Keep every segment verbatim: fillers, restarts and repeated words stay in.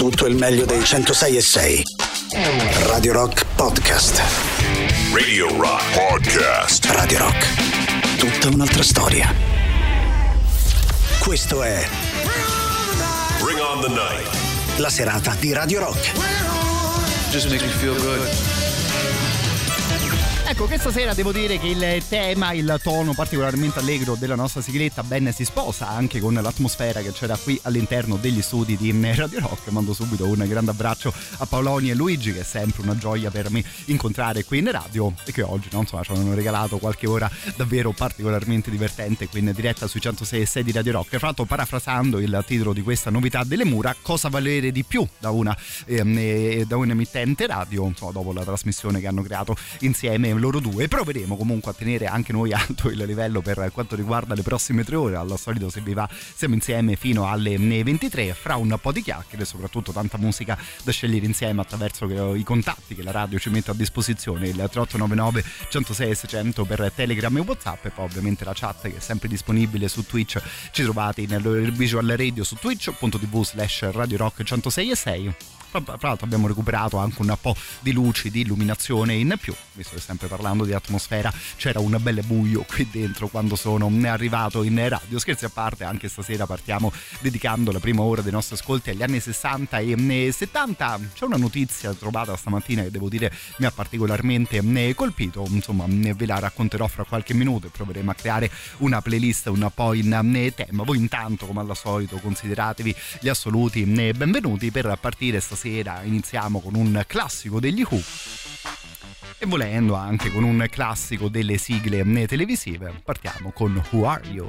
tutto il meglio dei centosei e sei. Radio Rock Podcast. Radio Rock Podcast. Radio Rock. Tutta un'altra storia. Questo è Bring on the night. La serata di Radio Rock. Just makes me feel good. Ecco, questa sera devo dire che il tema, il tono particolarmente allegro della nostra sigletta ben si sposa anche con l'atmosfera che c'era qui all'interno degli studi di Radio Rock. Mando subito un grande abbraccio a Paoloni e Luigi, che è sempre una gioia per me incontrare qui in radio e che oggi, no, insomma, ci hanno regalato qualche ora davvero particolarmente divertente qui in diretta sui centosei e sei di Radio Rock. Fra l'altro, parafrasando il titolo di questa novità delle mura, cosa valere di più da una eh, da un'emittente radio, insomma, dopo la trasmissione che hanno creato insieme loro due. Proveremo comunque a tenere anche noi alto il livello per quanto riguarda le prossime tre ore. Al solito, se vi va, siamo insieme fino alle ventitré, fra un po' di chiacchiere e soprattutto tanta musica da scegliere insieme attraverso i contatti che la radio ci mette a disposizione, il tre otto nove nove centosei seicento per Telegram e WhatsApp, e poi ovviamente la chat che è sempre disponibile su Twitch. Ci trovate nel Visual Radio su twitch.tv slash Radio Rock centosei e sei. Fra l'altro abbiamo recuperato anche un po' di luci, di illuminazione in più, visto che sempre parlando di atmosfera c'era un bel buio qui dentro quando sono arrivato in radio. Scherzi a parte, anche stasera partiamo dedicando la prima ora dei nostri ascolti agli anni sessanta e settanta. C'è una notizia trovata stamattina che devo dire mi ha particolarmente colpito, insomma ve la racconterò fra qualche minuto e proveremo a creare una playlist un po' in tema. Voi intanto, come al solito, consideratevi gli assoluti benvenuti. Per partire stasera Sera iniziamo con un classico degli Who e volendo anche con un classico delle sigle televisive. Partiamo con Who Are You?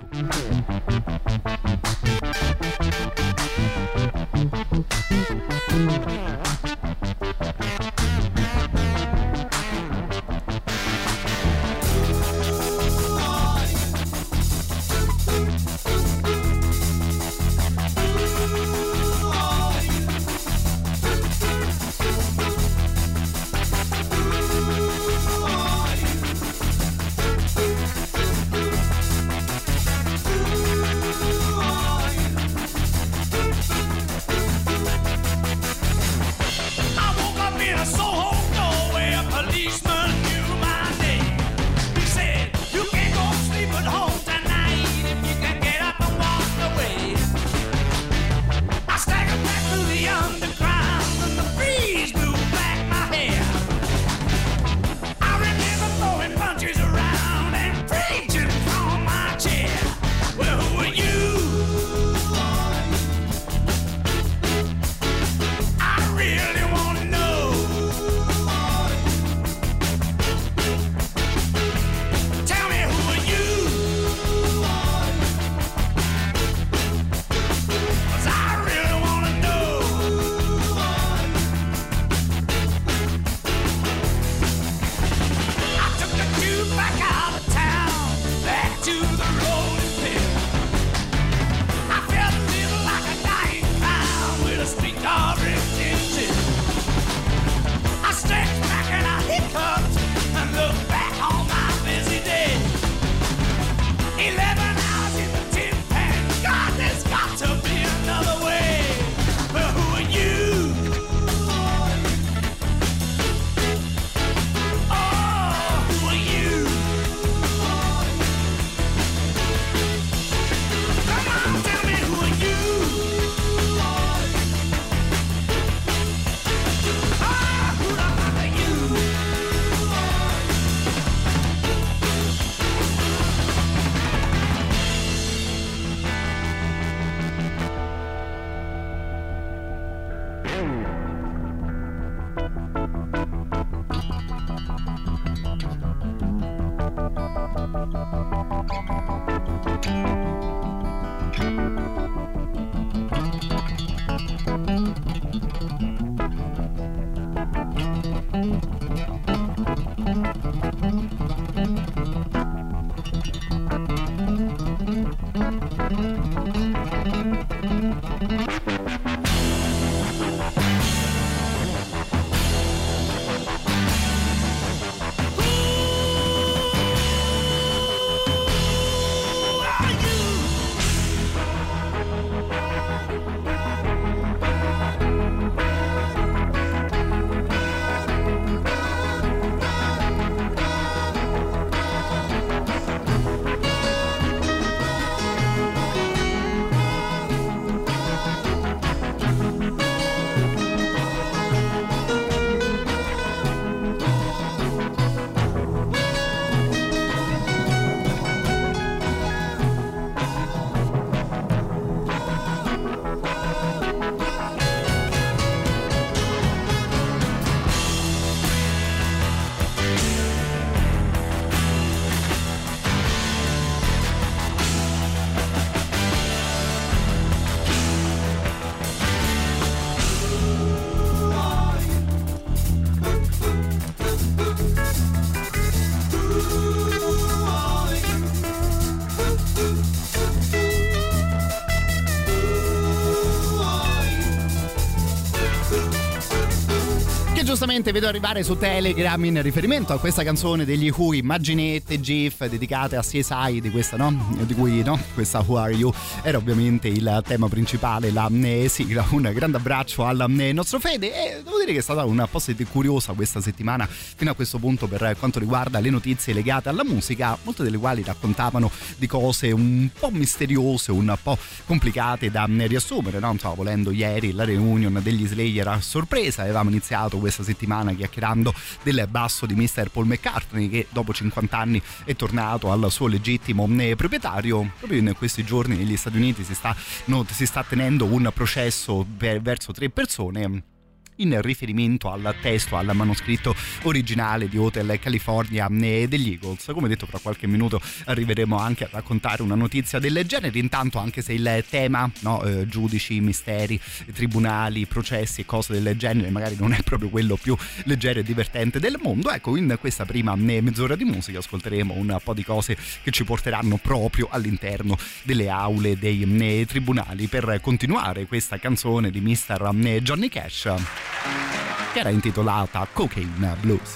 che giustamente vedo arrivare su Telegram in riferimento a questa canzone degli Who, immaginette, gif dedicate a C S I di questa, no? Di cui, no? Questa Who Are You era ovviamente il tema principale, la eh, sigla. Un grande abbraccio al eh, nostro Fede, e devo dire che è stata una post curiosa questa settimana fino a questo punto per quanto riguarda le notizie legate alla musica, molte delle quali raccontavano di cose un po' misteriose, un po' complicate da eh, riassumere, no? Insomma, volendo, ieri la reunion degli Slayer a sorpresa, avevamo iniziato questa settimana chiacchierando del basso di mister Paul McCartney, che dopo cinquanta anni è tornato al suo legittimo eh, proprietario. Proprio in questi giorni negli Stati Uniti si sta, no, si sta tenendo un processo per, verso tre persone in riferimento al testo, al manoscritto originale di Hotel California degli Eagles. Come detto, fra qualche minuto arriveremo anche a raccontare una notizia del genere. Intanto, anche se il tema, no, eh, giudici, misteri, tribunali, processi e cose del genere magari non è proprio quello più leggero e divertente del mondo, ecco, in questa prima mezz'ora di musica ascolteremo un po' di cose che ci porteranno proprio all'interno delle aule dei eh, tribunali, per continuare questa canzone di mister eh, Johnny Cash, che era intitolata Cocaine Blues.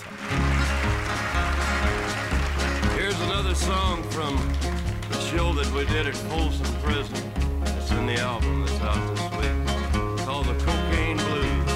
Here's another song from the show that we did at Folsom Prison. It's in the album that's out this week, called The Cocaine Blues.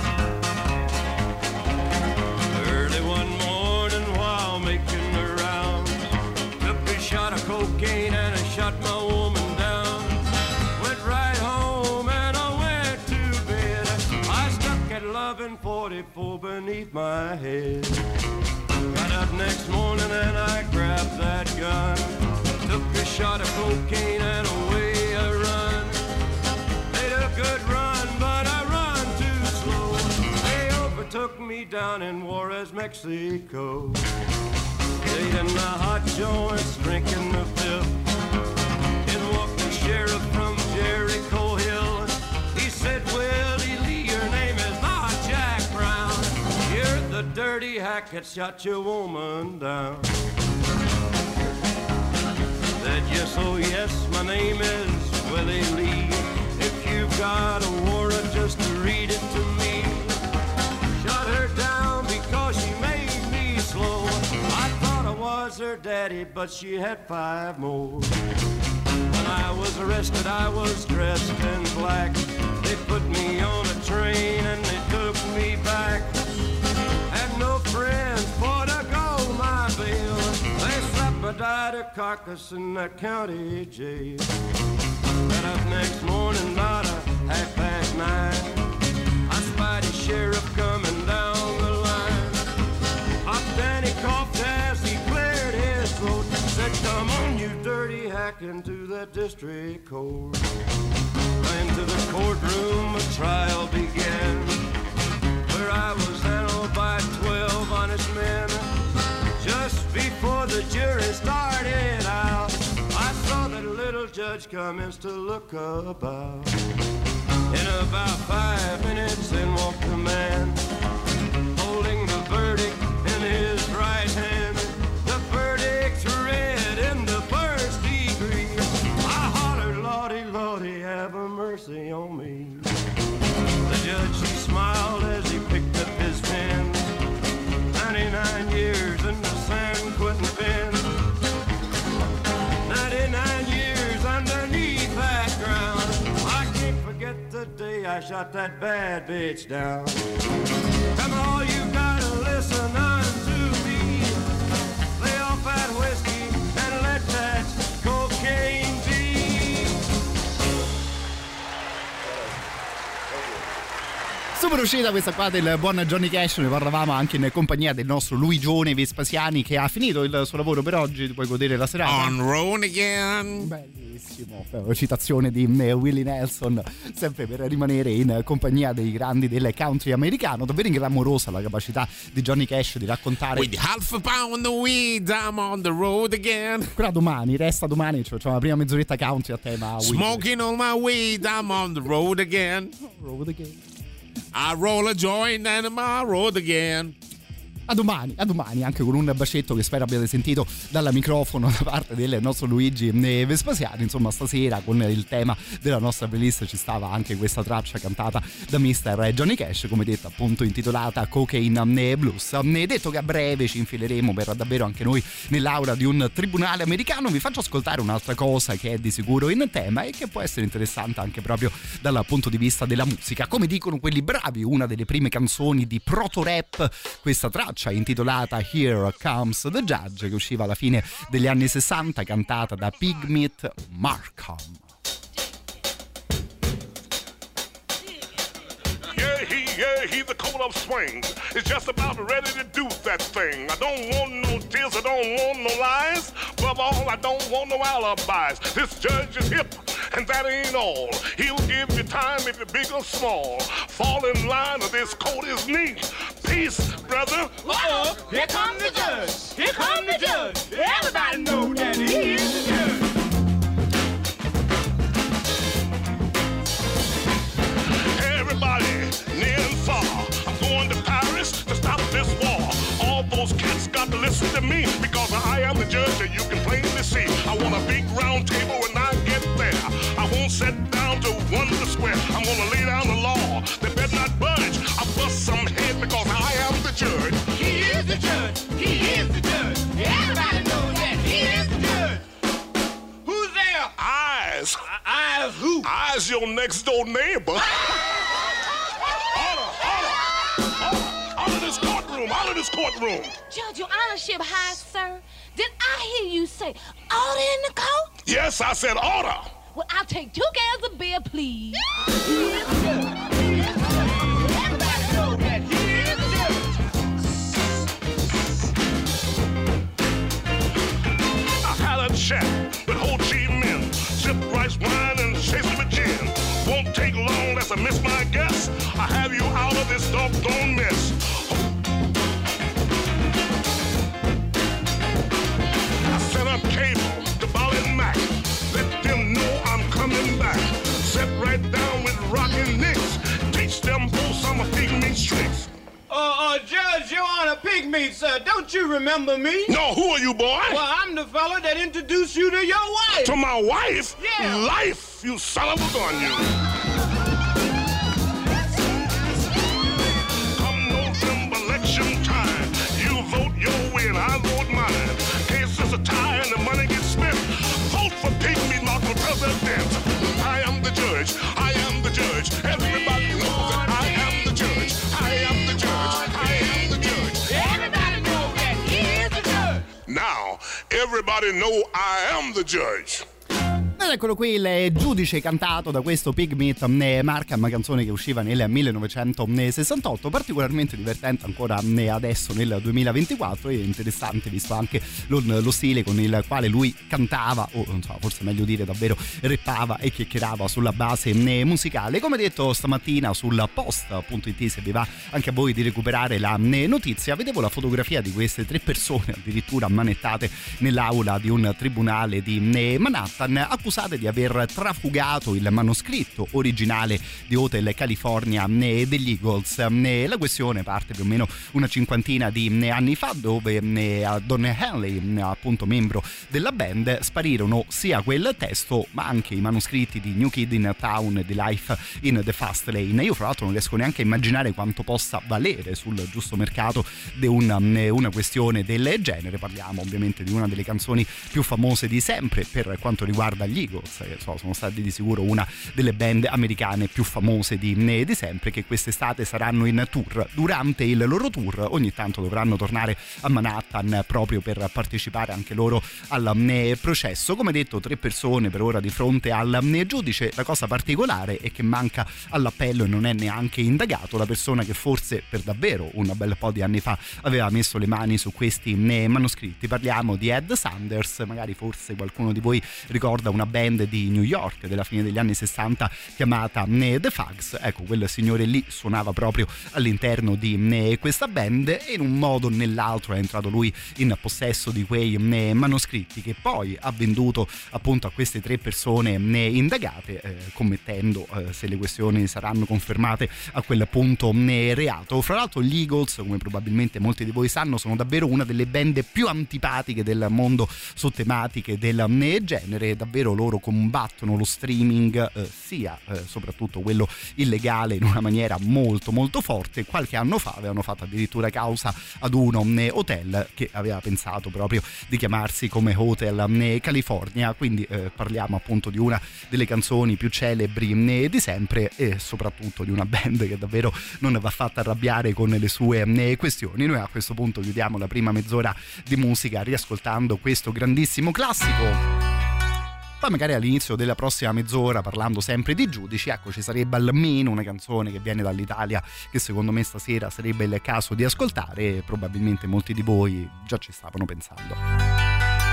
Early one morning while making the rounds, took a shot of cocaine and I shot my woman down. Went right home and I went to bed. I stuck at eleven forty-four beneath my head. Got up next morning and I grabbed that gun, took a shot of cocaine and away I run. Made a good run, but I run too slow. They overtook me down in Juarez, Mexico. Stayed in the hot joints, drinking the fifth. In walked the sheriff from Jericho Hill. He said, Willie Lee, your name is not Jack Brown. You're the dirty hack that shot your woman down. Said, yes, oh yes, my name is Willie Lee. If you've got a warrant, just read it to me. Shot her down because she made me slow. I thought I was her daddy, but she had five more. When I was arrested, I was dressed in black. They put me on a train and they took me back. Had no friends for to go my bail. They slapped my died a carcass in that county jail. Got up next morning about a half past nine. I spied a sheriff coming down the line. Hot Danny coughed as he cleared his throat. Said, come on, you dirty hack, into that district court. Into the courtroom a trial began, where I was handled by twelve honest men. Just before the jury started out, I saw that little judge commence to look about. In about five minutes in walked the man, holding the verdict in his right hand. The verdict's read in the first degree. I hollered, Lordy, Lordy, have a mercy on me. The judge, he smiled as he picked up his pen. Ninety-nine years in the San Quentin pen. Ninety-nine years underneath that ground. I can't forget the day I shot that bad bitch down. Come on, you gotta listen unto me. Lay off that whiskey and let that cocaine be. Super uscita questa qua del buon Johnny Cash. Ne parlavamo anche in compagnia del nostro Luigione Vespasiani, che ha finito il suo lavoro per oggi. Ti puoi godere la serata. On road again. Bellissimo, citazione di Willie Nelson, sempre per rimanere in compagnia dei grandi del country americano. Davvero clamorosa la capacità di Johnny Cash di raccontare. With half a pound of weed, I'm on the road again. Quella domani, resta domani, cioè, cioè la prima mezz'oretta country a tema weed. Smoking all my weed, I'm on the road again. Road again. I roll a joint and I'm on the road again. a domani, a domani, anche con un bacetto che spero abbiate sentito dalla microfono da parte del nostro Luigi Vespasiani. Insomma, stasera con il tema della nostra playlist ci stava anche questa traccia cantata da mister Johnny Cash, come detto appunto intitolata Cocaine Blues. Detto che a breve ci infileremo per davvero anche noi nell'aula di un tribunale americano, vi faccio ascoltare un'altra cosa che è di sicuro in tema e che può essere interessante anche proprio dal punto di vista della musica. Come dicono quelli bravi, una delle prime canzoni di proto rap, questa traccia intitolata Here Comes the Judge, che usciva alla fine degli anni sessanta, cantata da Pigmeat Markham. Yeah, he, yeah, he's the coat of swings. It's just about ready to do that thing. I don't want no tears, I don't want no lies. Above all, I don't want no alibis. This judge is hip, and that ain't all. He'll give you time if you're big or small. Fall in line or this coat is neat. Peace, brother. Uh-oh, here come the judge. Here come the judge. Everybody know that he is the judge. Everybody, near and far, I'm going to Paris to stop this war. All those cats got to listen to me, because I am the judge that you can plainly see. I want a big round table when I get there. I won't sit down to wonder square. I'm gonna lay down the law. They better not budge. I'll bust some head because I am the judge. He is the judge. He is the judge. Everybody knows that he is the judge. Who's there? Eyes. I- eyes who? Eyes your next door neighbor. Order, order, order, out of this courtroom, out of this courtroom. Judge, your honorship high, sir. Did I hear you say order in the court? Yes, I said order. Well, I'll take two cans of beer, please. Everybody knows that he is the judge. I had a chat with Ho Chi Minh. Sip rice wine and chase it with gin. Won't take long, that's a miss my guess. I have you out of this doggone mess. I set up cable to Ball and Mac. Let them know I'm coming back. Sit right down with Rockin' Nicks. Teach them both some of Pygmy's tricks. Uh, uh, Judge, you're on a pygmy, sir. Don't you remember me? No, who are you, boy? Well, I'm the fella that introduced you to your wife. To my wife? Yeah. Life, you son of a gun, you. Come November election time, you vote your way and I vote mine. Case is a tie and the money gets spent. Vote for Pygmy Mark for president. I am the judge. I am the judge. Everybody knows that I am the judge. I am the judge. I am the judge. Everybody knows that he is the judge. Now, everybody know I am the judge. Ed eccolo qui il giudice cantato da questo Pygmeat Markham, canzone che usciva nel millenovecentosessantotto, particolarmente divertente ancora adesso nel duemilaventiquattro e interessante visto anche lo, lo stile con il quale lui cantava, o non so, forse meglio dire davvero rappava e chiacchierava sulla base musicale. Come detto stamattina sul post punto it, se vi va anche a voi di recuperare la notizia, vedevo la fotografia di queste tre persone addirittura ammanettate nell'aula di un tribunale di Manhattan, accusate di aver trafugato il manoscritto originale di Hotel California degli Eagles. La questione parte più o meno una cinquantina di anni fa, dove Don Henley, appunto membro della band, sparirono sia quel testo ma anche i manoscritti di New Kid in Town e di Life in the Fast Lane. Io fra l'altro non riesco neanche a immaginare quanto possa valere sul giusto mercato di una, una questione del genere. Parliamo ovviamente di una delle canzoni più famose di sempre per quanto riguarda gli Eagles, che so, sono stati di sicuro una delle band americane più famose di, di sempre, che quest'estate saranno in tour. Durante il loro tour ogni tanto dovranno tornare a Manhattan proprio per partecipare anche loro al processo. Come detto, tre persone per ora di fronte al giudice. La cosa particolare è che manca all'appello e non è neanche indagato la persona che forse per davvero un bel po' di anni fa aveva messo le mani su questi manoscritti. Parliamo di Ed Sanders, magari forse qualcuno di voi ricorda una band di New York della fine degli anni sessanta chiamata The Fugs. Ecco, quel signore lì suonava proprio all'interno di questa band e in un modo o nell'altro è entrato lui in possesso di quei manoscritti che poi ha venduto appunto a queste tre persone indagate, eh, commettendo, eh, se le questioni saranno confermate, a quel punto reato. Fra l'altro gli Eagles, come probabilmente molti di voi sanno, sono davvero una delle band più antipatiche del mondo su tematiche del genere. Davvero loro combattono lo streaming, eh, sia eh, soprattutto quello illegale, in una maniera molto molto forte. Qualche anno fa avevano fatto addirittura causa ad uno hotel che aveva pensato proprio di chiamarsi come Hotel California, quindi eh, parliamo appunto di una delle canzoni più celebri di sempre e soprattutto di una band che davvero non va fatta arrabbiare con le sue questioni. Noi a questo punto chiudiamo la prima mezz'ora di musica riascoltando questo grandissimo classico. Poi magari all'inizio della prossima mezz'ora, parlando sempre di giudici, ecco, ci sarebbe almeno una canzone che viene dall'Italia che secondo me stasera sarebbe il caso di ascoltare e probabilmente molti di voi già ci stavano pensando.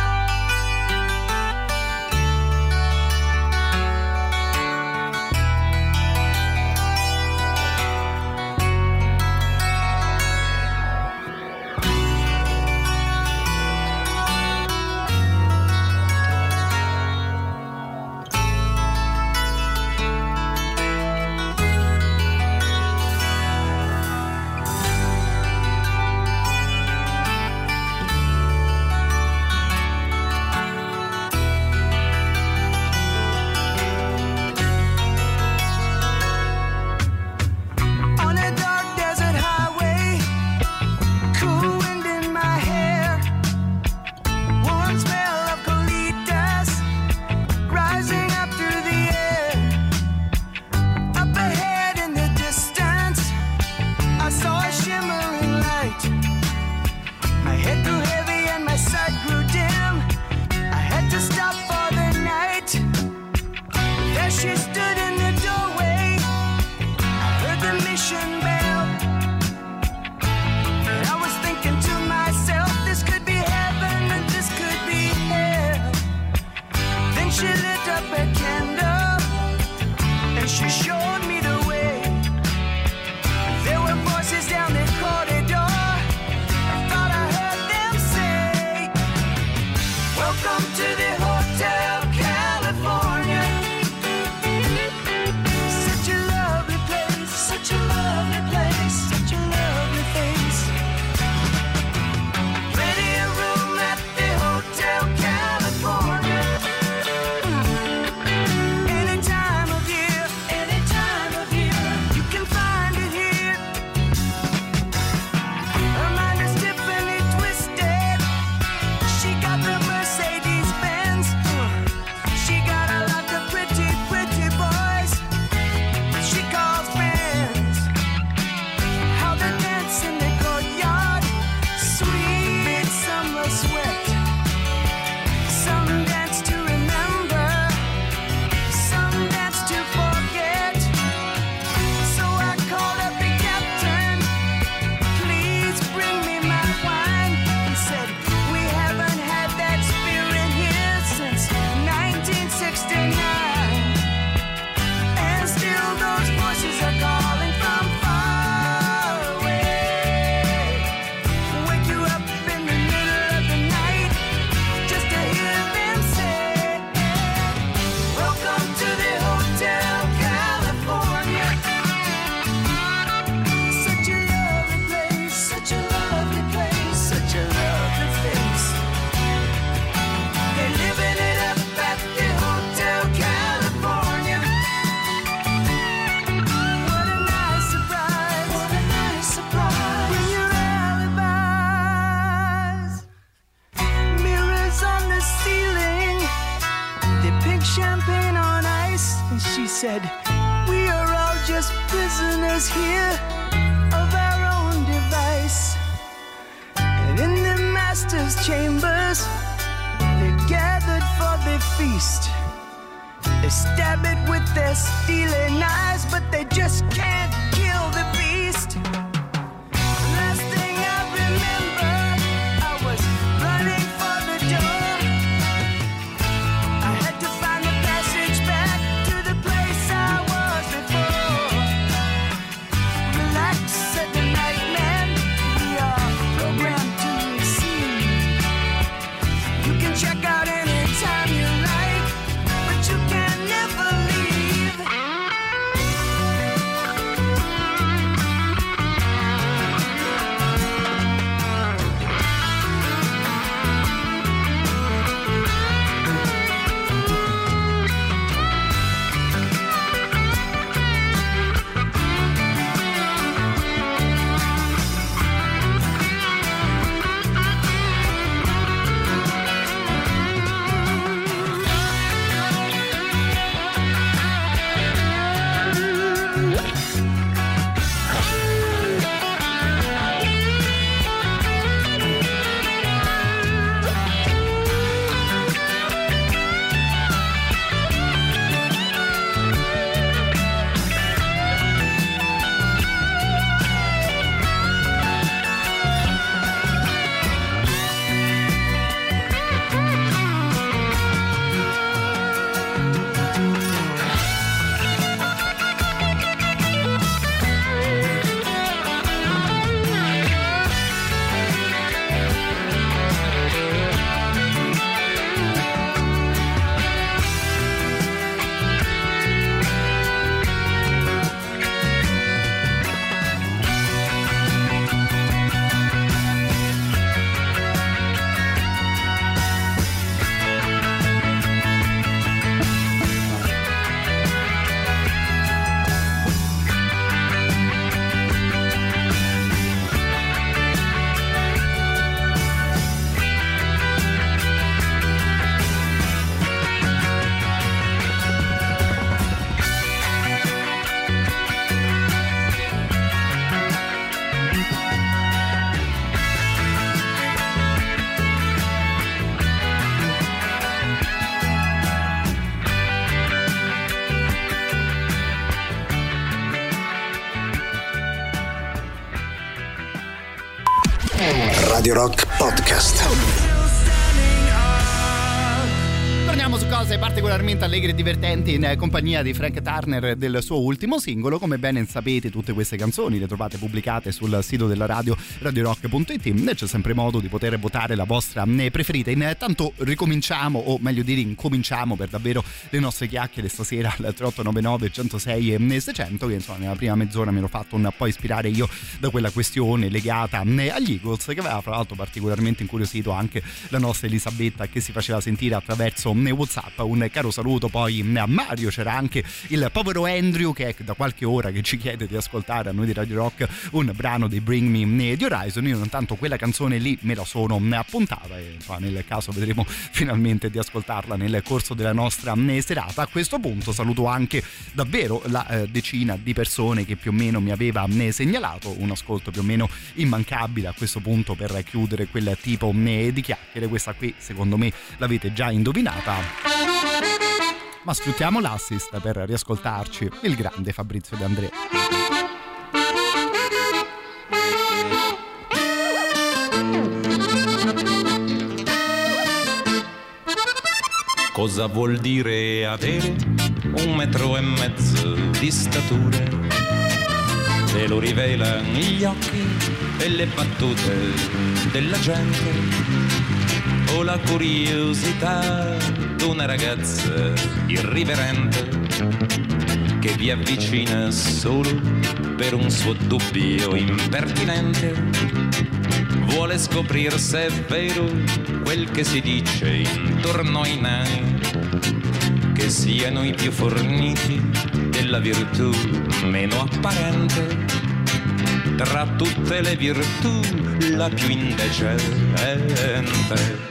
said, we are all just prisoners here of our own device. And in the master's chambers, they're gathered for the feast. They stab it with their steely knives, but they just can't kill the beast. Last thing I remember, I was running for the door. I had to find the Radio Rock Podcast. Torniamo su cose particolarmente allegre e divertenti in compagnia di Frank Turner del suo ultimo singolo. Come bene sapete, tutte queste canzoni le trovate pubblicate sul sito della radio, radio rock punto it, e c'è sempre modo di poter votare la vostra preferita. Intanto ricominciamo, o meglio dire incominciamo per davvero le nostre chiacchiere stasera al tre otto nove nove, centosei e seicento, che insomma nella prima mezz'ora mi ero fatto un po' ispirare io da quella questione legata agli Eagles, che aveva fra l'altro particolarmente incuriosito anche la nostra Elisabetta, che si faceva sentire attraverso WhatsApp. Un caro saluto poi a Mario. C'era anche il povero Andrew, che è da qualche ora che ci chiede di ascoltare a noi di Radio Rock un brano dei Bring Me di Horizon. Io intanto quella canzone lì me la sono appuntata e nel caso vedremo finalmente di ascoltarla nel corso della nostra serata. A questo punto saluto anche davvero la eh, decina di persone che più o meno mi aveva segnalato un ascolto più o meno immancabile a questo punto per chiudere quel tipo di chiacchiere. Questa qui secondo me l'avete già indovinata, ma sfruttiamo l'assist per riascoltarci il grande Fabrizio De André. Cosa vuol dire avere un metro e mezzo di statura? Te lo rivelano gli occhi e le battute della gente, o la curiosità d'una ragazza irriverente che vi avvicina solo per un suo dubbio impertinente. Vuole scoprire se è vero quel che si dice intorno ai nani, che siano i più forniti della virtù meno apparente. Tra tutte le virtù la più indecente.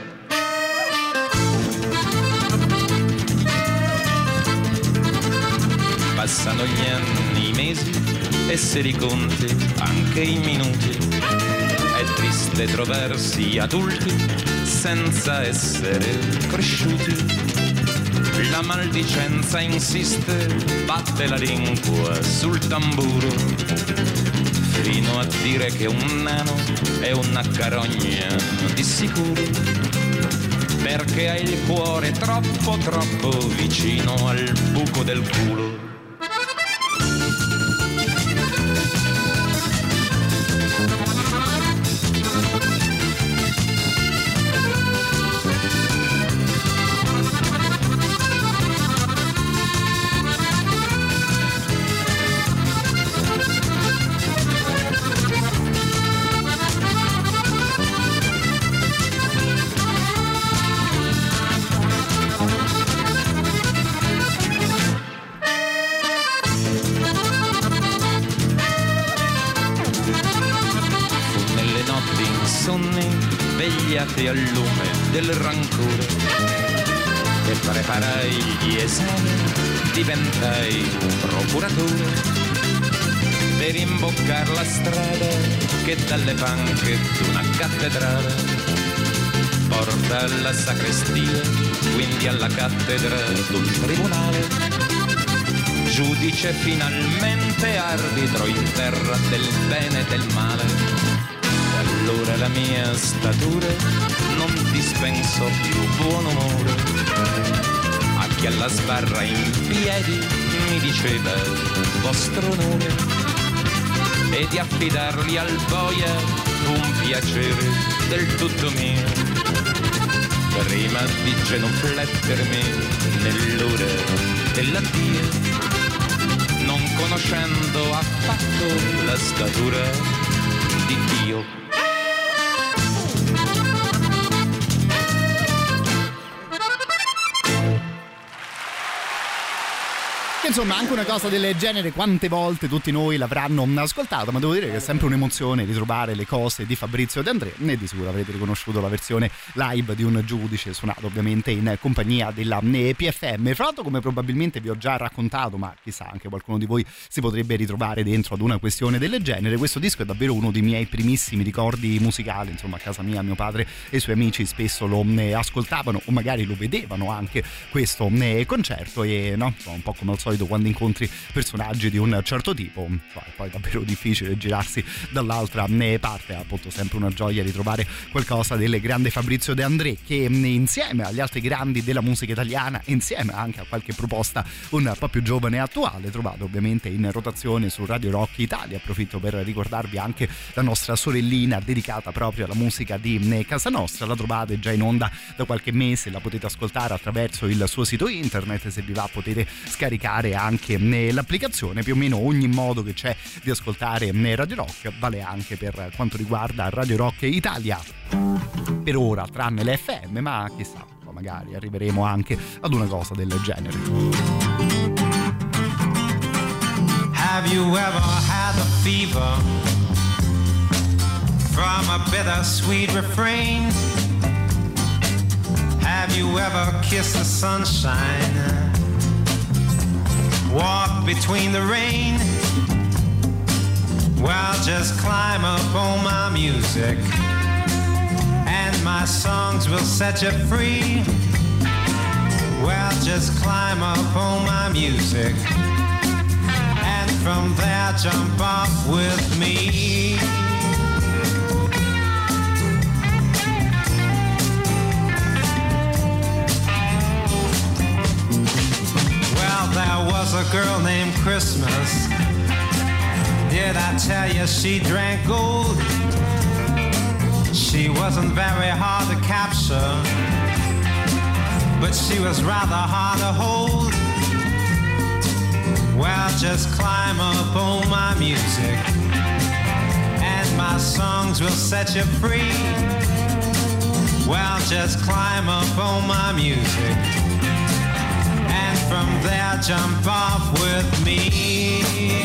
Passano gli anni, i mesi e se li conti anche i minuti. È triste trovarsi adulti senza essere cresciuti. La maldicenza insiste, batte la lingua sul tamburo, fino a dire che un nano è una carogna di sicuro, perché ha il cuore troppo troppo vicino al buco del culo. Vegliate al lume del rancore, e preparai gli esami, diventai procuratore, per imboccar la strada che dalle panche d'una cattedrale porta alla sacrestia, quindi alla cattedra d'un tribunale. Giudice finalmente arbitro in terra del bene e del male. Allora la mia statura non dispenso più buon umore a chi alla sbarra in piedi mi diceva vostro onore, e di affidarli al boia un piacere del tutto mio, prima di genuflettermi nell'ora dell'addio, non conoscendo affatto la statura di Dio. Insomma, anche una cosa del genere quante volte tutti noi l'avranno ascoltata, ma devo dire che è sempre un'emozione ritrovare le cose di Fabrizio De André. Ne di sicuro avrete riconosciuto la versione live di un giudice, suonato ovviamente in compagnia della P F M. Fra l'altro, come probabilmente vi ho già raccontato, ma chissà anche qualcuno di voi si potrebbe ritrovare dentro ad una questione del genere, questo disco è davvero uno dei miei primissimi ricordi musicali. Insomma, a casa mia mio padre e i suoi amici spesso lo ascoltavano o magari lo vedevano anche questo concerto, e no, un po' come al solito solito quando incontri personaggi di un certo tipo, cioè, poi è davvero difficile girarsi dall'altra parte. È appunto sempre una gioia ritrovare qualcosa del grande Fabrizio De André, che insieme agli altri grandi della musica italiana, insieme anche a qualche proposta un po' più giovane e attuale, trovate ovviamente in rotazione su Radio Rock Italia. Approfitto per ricordarvi anche la nostra sorellina dedicata proprio alla musica di casa nostra. La trovate già in onda da qualche mese, la potete ascoltare attraverso il suo sito internet, se vi va potete scaricare anche l'applicazione. Più o meno ogni modo che c'è di ascoltare Radio Rock vale anche per quanto riguarda Radio Rock Italia, per ora tranne le F M, ma chissà, magari arriveremo anche ad una cosa del genere. Have you ever had a fever from a bittersweet refrain? Have you ever kissed the sunshine, walked between the rain? Well, just climb up on my music and my songs will set you free. Well, just climb up on my music and from there jump off with me. Well, there was a girl named Christmas. Did I tell you she drank gold? She wasn't very hard to capture, but she was rather hard to hold. Well, just climb up on my music and my songs will set you free. Well, just climb up on my music and from there jump off with me.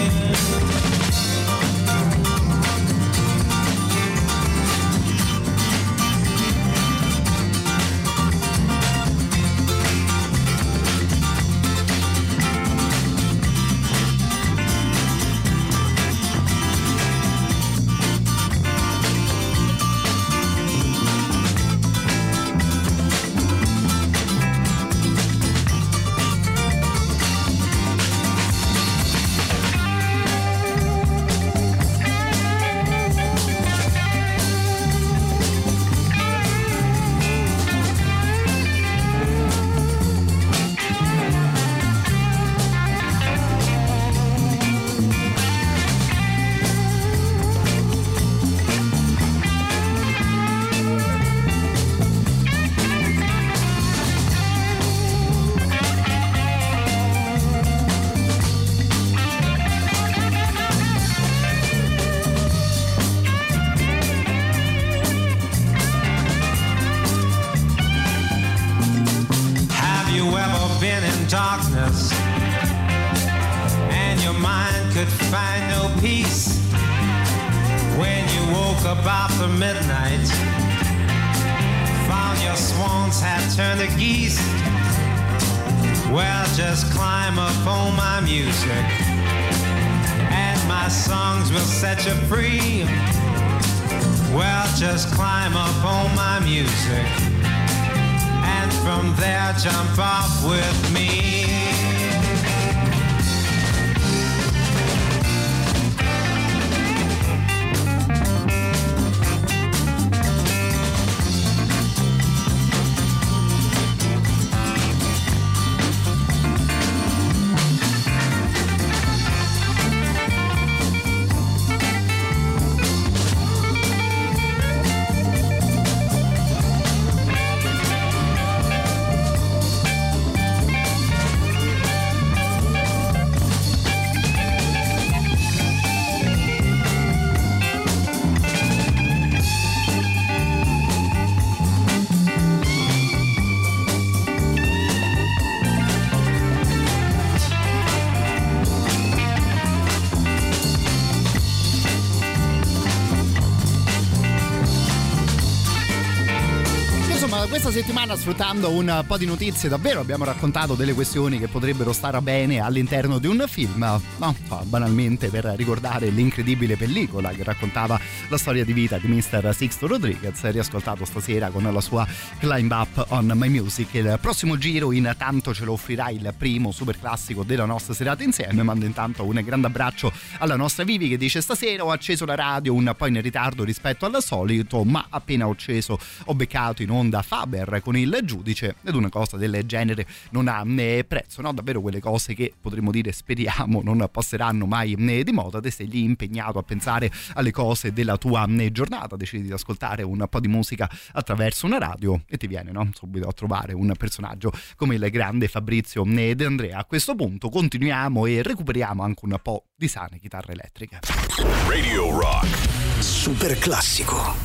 Darkness and your mind could find no peace when you woke up after midnight, found your swans had turned to geese. Well, just climb up on my music and my songs will set you free. Well, just climb up on my music and from there jump off with me. uh, questa settimana, sfruttando un po' di notizie, davvero abbiamo raccontato delle questioni che potrebbero stare bene all'interno di un film, no? Banalmente per ricordare l'incredibile pellicola che raccontava la storia di vita di mister Sixto Rodriguez, riascoltato stasera con la sua Climb Up on My Music. Il prossimo giro intanto ce lo offrirà il primo super classico della nostra serata insieme. Mando intanto un grande abbraccio alla nostra Vivi che dice: stasera ho acceso la radio un po' in ritardo rispetto al solito, ma appena ho acceso ho beccato in onda Faber con Il Giudice, ed una cosa del genere non ha né prezzo, no? Davvero quelle cose che potremmo dire, speriamo, non passeranno mai né di moda. Te sei lì impegnato a pensare alle cose della tua giornata, decidi di ascoltare un po' di musica attraverso una radio e ti viene, no? Subito a trovare un personaggio come il grande Fabrizio De Andrea. A questo punto continuiamo e recuperiamo anche un po' di sane chitarre elettriche. Radio Rock Super classico.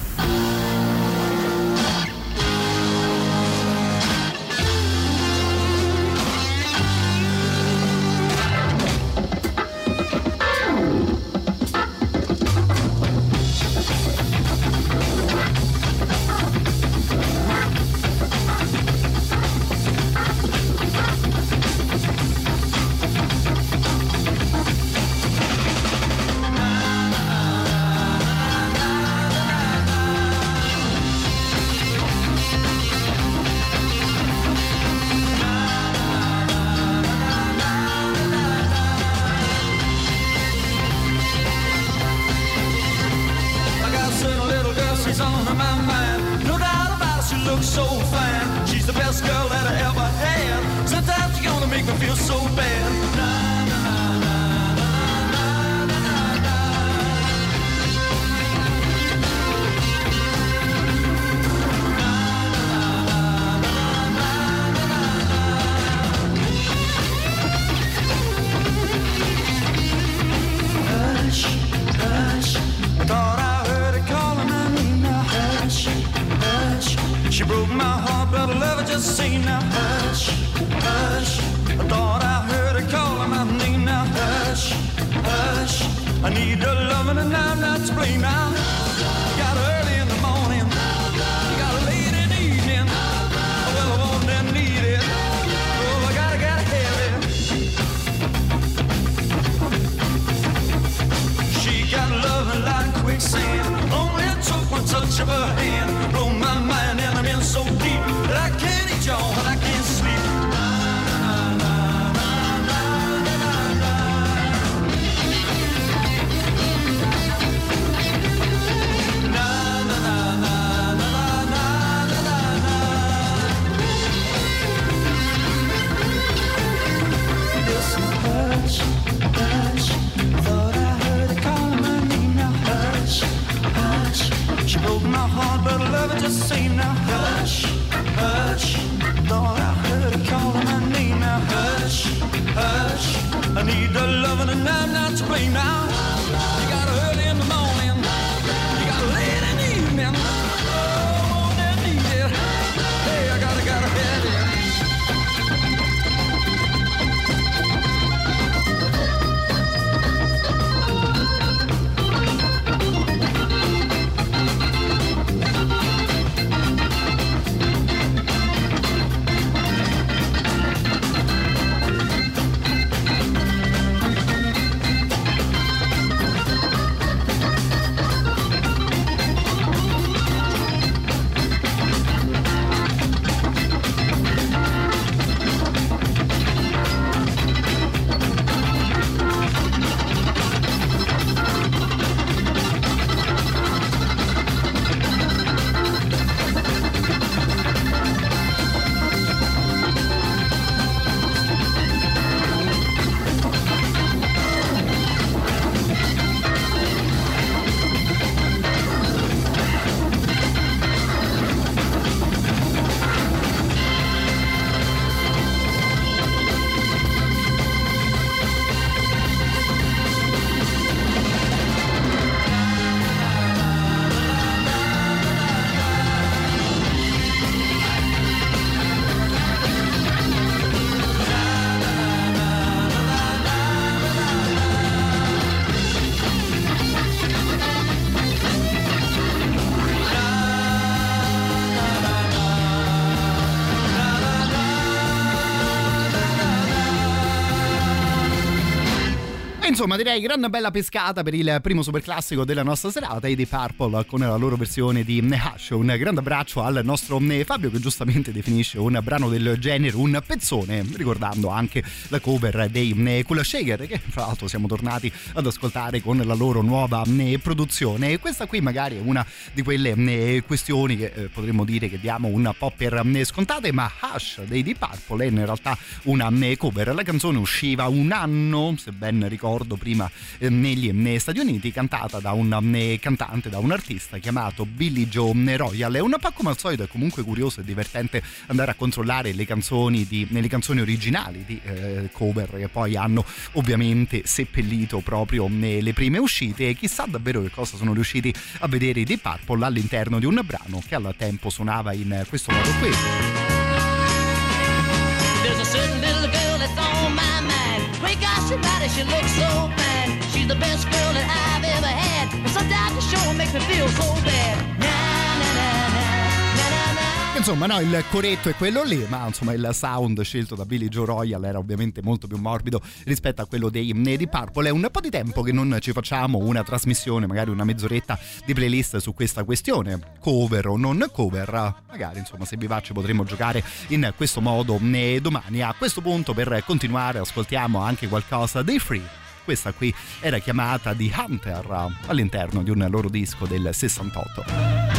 Insomma, direi gran bella pescata per il primo superclassico della nostra serata, i Deep Purple con la loro versione di Hush. Un grande abbraccio al nostro Fabio che giustamente definisce un brano del genere un pezzone, ricordando anche la cover dei Kula Shaker, che fra l'altro siamo tornati ad ascoltare con la loro nuova produzione. Questa qui magari è una di quelle questioni che eh, potremmo dire che diamo un po' per scontate, ma Hush dei Deep Purple è in realtà una cover. La canzone usciva un anno, se ben ricordo, prima eh, negli negli Stati Uniti, cantata da un eh, cantante, da un artista chiamato Billy Joe Royal. È un po' come al solito, è comunque curioso e divertente andare a controllare le canzoni di, nelle canzoni originali di eh, cover che poi hanno ovviamente seppellito proprio nelle prime uscite, e chissà davvero che cosa sono riusciti a vedere i Deep Purple all'interno di un brano che al tempo suonava in questo modo qui. There's a certain little girl that's on my mind. Great gosh, she body, she looks so fine. She's the best girl that I've ever had. And sometimes the show makes me feel so bad. Na na na na na na. Insomma, no, il coretto è quello lì, ma insomma il sound scelto da Billy Joe Royal era ovviamente molto più morbido rispetto a quello dei Deep Purple. È un po' di tempo che non ci facciamo una trasmissione, magari una mezz'oretta di playlist su questa questione, cover o non cover. Magari insomma, se vi va ci potremo giocare in questo modo domani. A questo punto, per continuare, ascoltiamo anche qualcosa dei Free. Questa qui era chiamata The Hunter all'interno di un loro disco del sessantotto.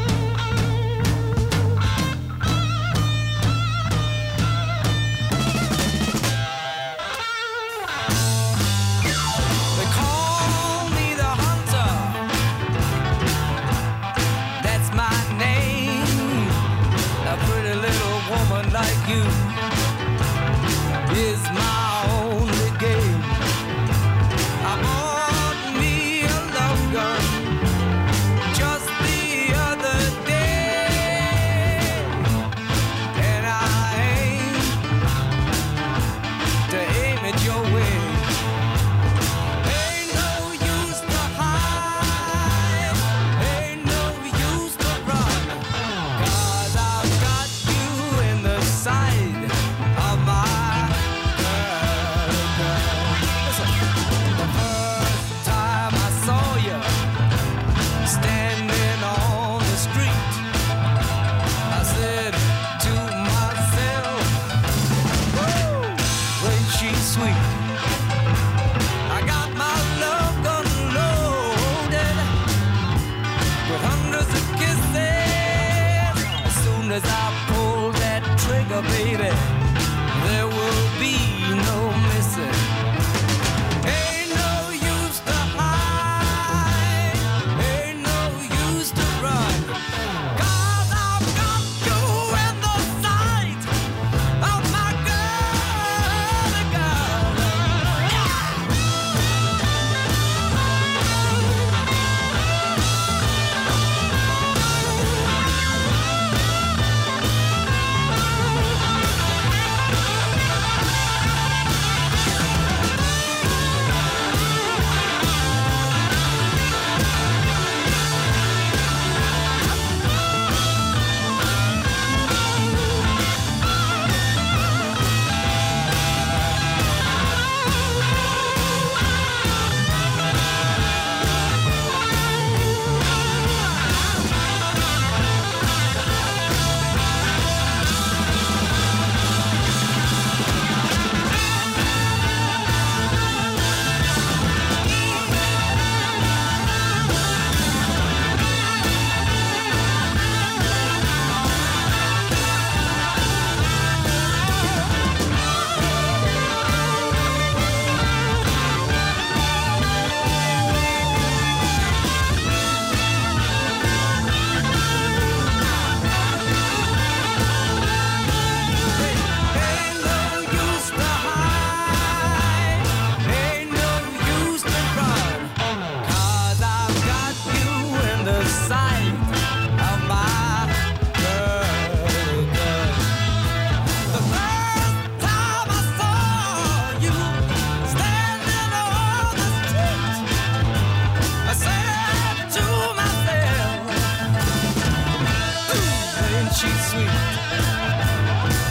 Like you is my only game. I bought me a love gun just the other day, and I aim to aim at your way. Ain't no use to hide, ain't no use to run, 'cause I've got you in the side of my girl. Listen, the first time I saw you standing on the street, I said to myself, woo, when she's sweet. I got my love gun loaded with hundreds of kisses. As soon as I pull that trigger, baby, there will be no missing. Ain't no use to hide, ain't no use to run, 'cause I've got you in the sight of my girl, girl.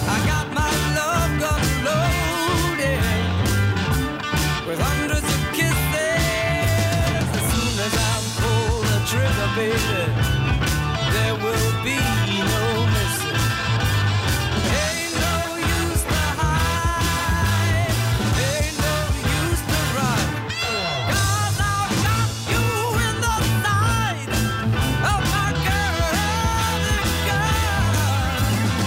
With hundreds of kisses. baby, there will be no missing. Ain't no use to hide, ain't no use to run, 'cause I'll shot you in the side of my girl's gun.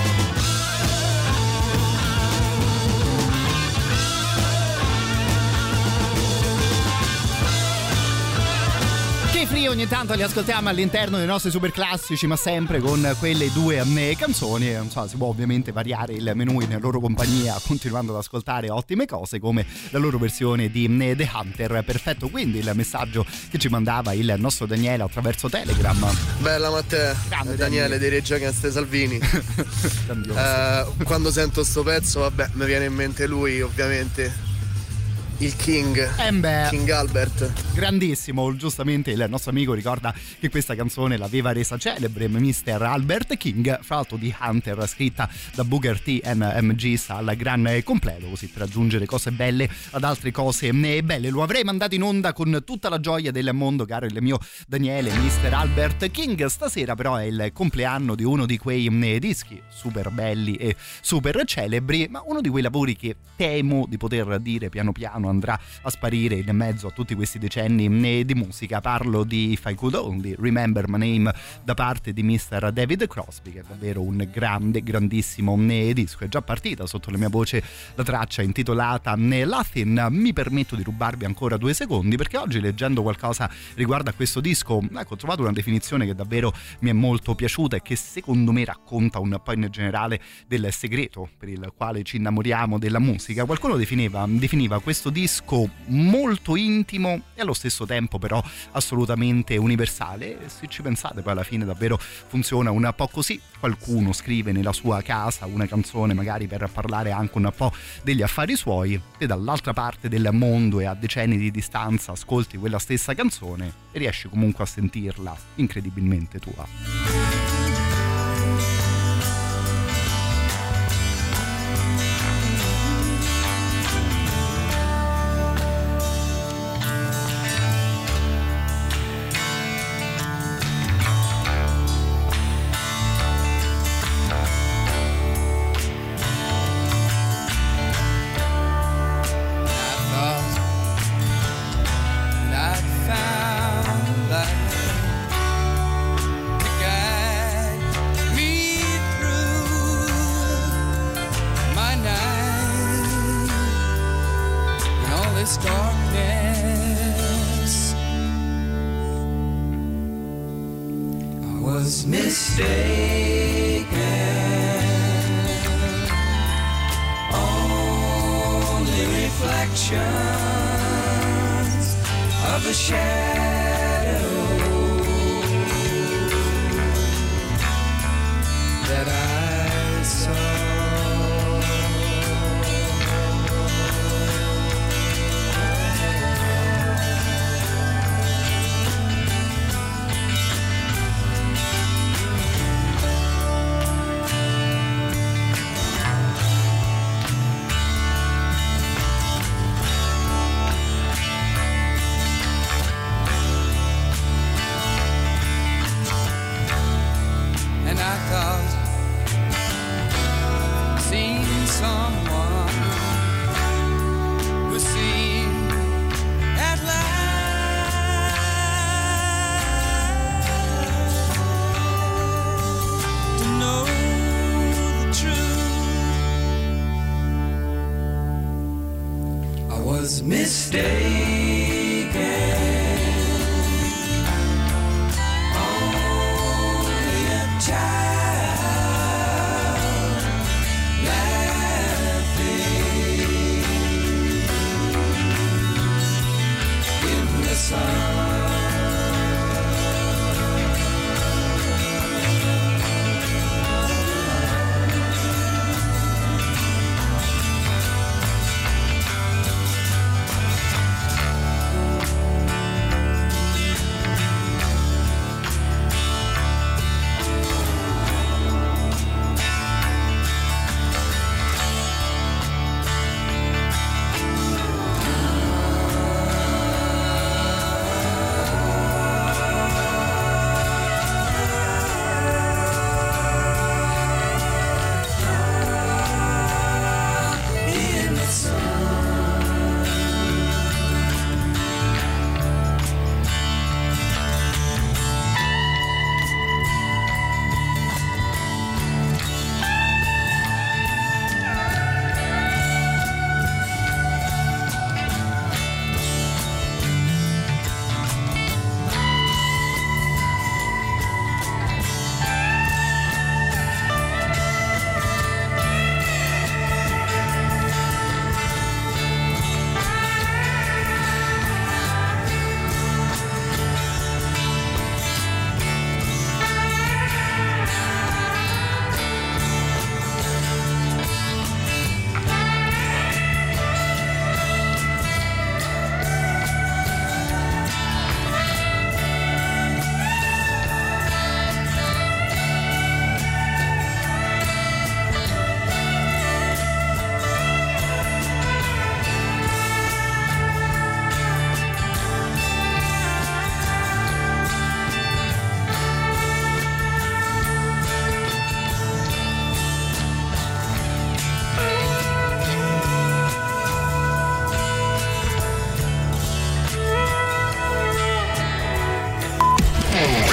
Che free ogni tanto li ascoltiamo all'interno dei nostri super classici, ma sempre con quelle due eh, canzoni. Non so, si può ovviamente variare il menù in loro compagnia continuando ad ascoltare ottime cose come la loro versione di eh, The Hunter. Perfetto, quindi il messaggio che ci mandava il nostro Daniele attraverso Telegram. Bella Matteo, Grande Daniele di Reggio Against Salvini. eh, quando sento sto pezzo, vabbè, mi viene in mente lui, ovviamente. Il King, eh King Albert. Grandissimo, giustamente il nostro amico ricorda che questa canzone l'aveva resa celebre mister Albert King, fra l'altro di Hunter, scritta da Booker T and M G al gran completo, così per aggiungere cose belle ad altre cose belle. Lo avrei mandato in onda con tutta la gioia del mondo, caro il mio Daniele, mister Albert King. Stasera però è il compleanno di uno di quei dischi super belli e super celebri, ma uno di quei lavori che temo di poter dire piano piano andrà a sparire in mezzo a tutti questi decenni di musica. Parlo di If I Could Only Remember My Name da parte di mister David Crosby, che è davvero un grande, grandissimo disco. È già partita sotto la mia voce la traccia intitolata Latin. Mi permetto di rubarvi ancora due secondi perché oggi, leggendo qualcosa riguardo a questo disco, ecco, ho trovato una definizione che davvero mi è molto piaciuta e che secondo me racconta un po' in generale del segreto per il quale ci innamoriamo della musica. Qualcuno definiva, definiva questo disco molto intimo e allo stesso tempo però assolutamente universale, e se ci pensate poi alla fine davvero funziona un po' così. Qualcuno scrive nella sua casa una canzone magari per parlare anche un po' degli affari suoi, e dall'altra parte del mondo e a decenni di distanza ascolti quella stessa canzone e riesci comunque a sentirla incredibilmente tua.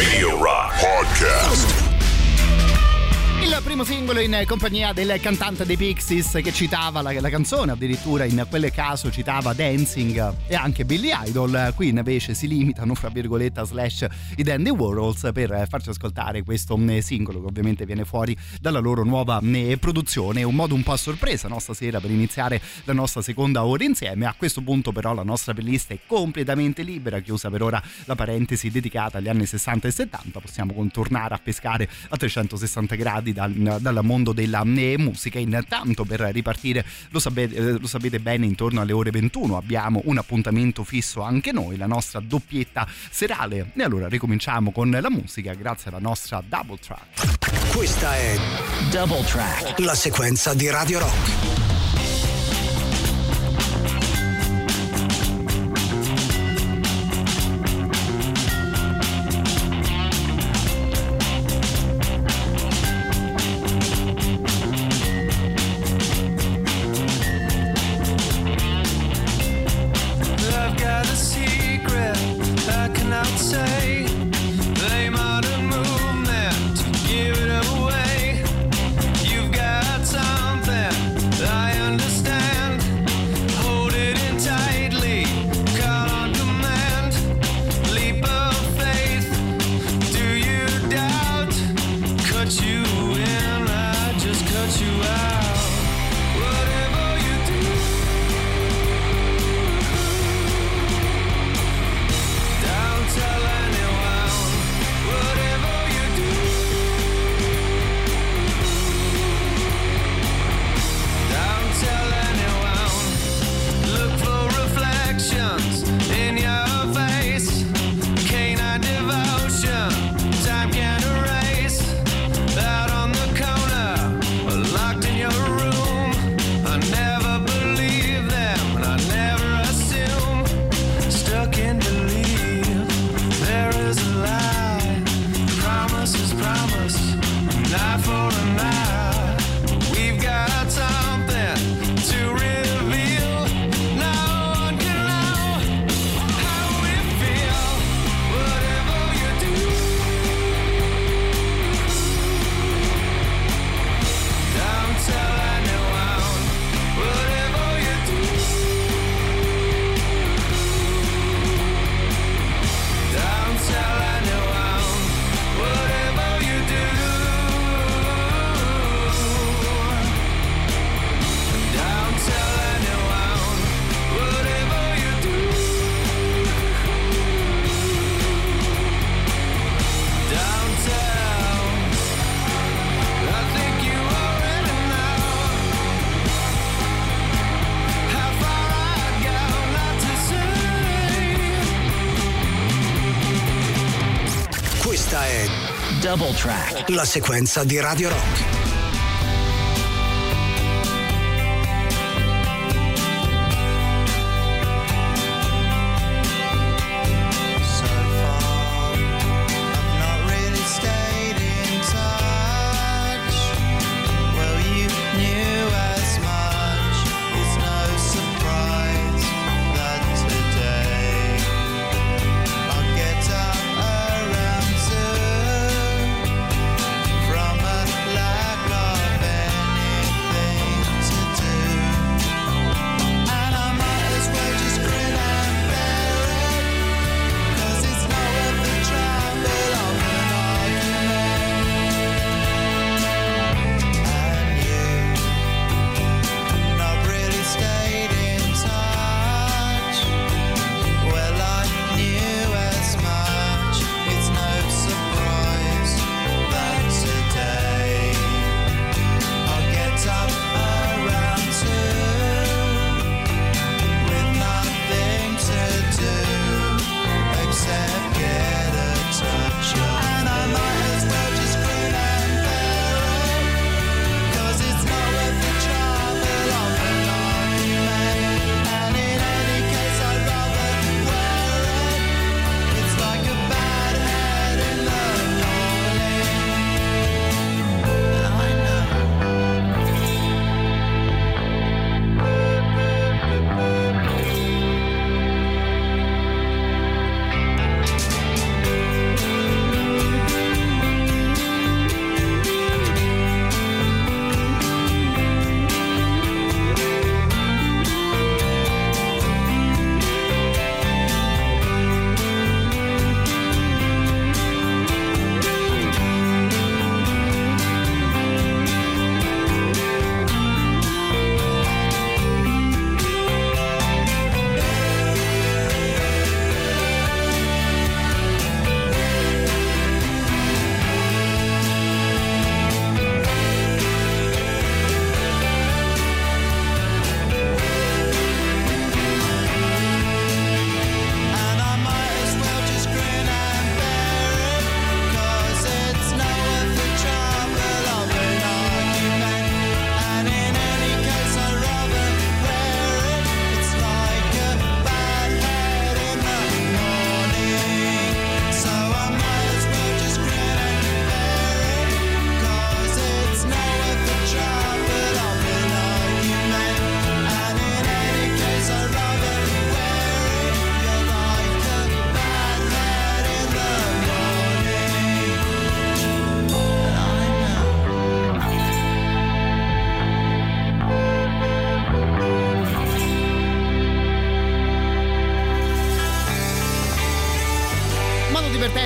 Radio Rock Podcast. Il primo singolo in compagnia del cantante dei Pixies che citava la, la canzone, addirittura in quel caso citava Dancing e anche Billy Idol. Qui invece si limitano, fra virgolette, a slash i Dandy Warhols per farci ascoltare questo singolo che ovviamente viene fuori dalla loro nuova produzione. Un modo un po' a sorpresa, no, stasera per iniziare la nostra seconda ora insieme. A questo punto però la nostra playlist è completamente libera, chiusa per ora la parentesi dedicata agli anni sessanta e settanta. Possiamo contornare a pescare a trecentosessanta gradi dal, dal mondo della musica. Intanto, per ripartire, lo sapete, lo sapete bene, intorno alle ore ventuno abbiamo un appuntamento fisso anche noi, la nostra doppietta serale. E allora ricominciamo con la musica grazie alla nostra Double Track. Questa è Double Track, la sequenza di Radio Rock. Say they modern movement to give it away. You've got something I understand. Hold it in tightly, call on command. Leap of faith, do you doubt? Cut you in, I just cut you out. Whatever you do, don't tell anyone. Whatever you do, don't tell anyone. Look for reflections in your face. Canine devotion, time can't erase. Out on the corner, or locked in your room. I never believe them, and I never assume. Stuck in belief, there is a lie. Promise is promise, not for a night. We've got something to reveal. No one can know how we feel. Whatever you do, don't tell anyone. Whatever you do, don't tell anyone. Whatever you do, don't tell anyone. Whatever you do, don't tell. I think you already know how far I'd go not to say. Questa è Double Track, la sequenza di Radio Rock. So far, I've not really stayed in touch. Well, you knew as much. It's no surprise that today I'll get up around two from a lack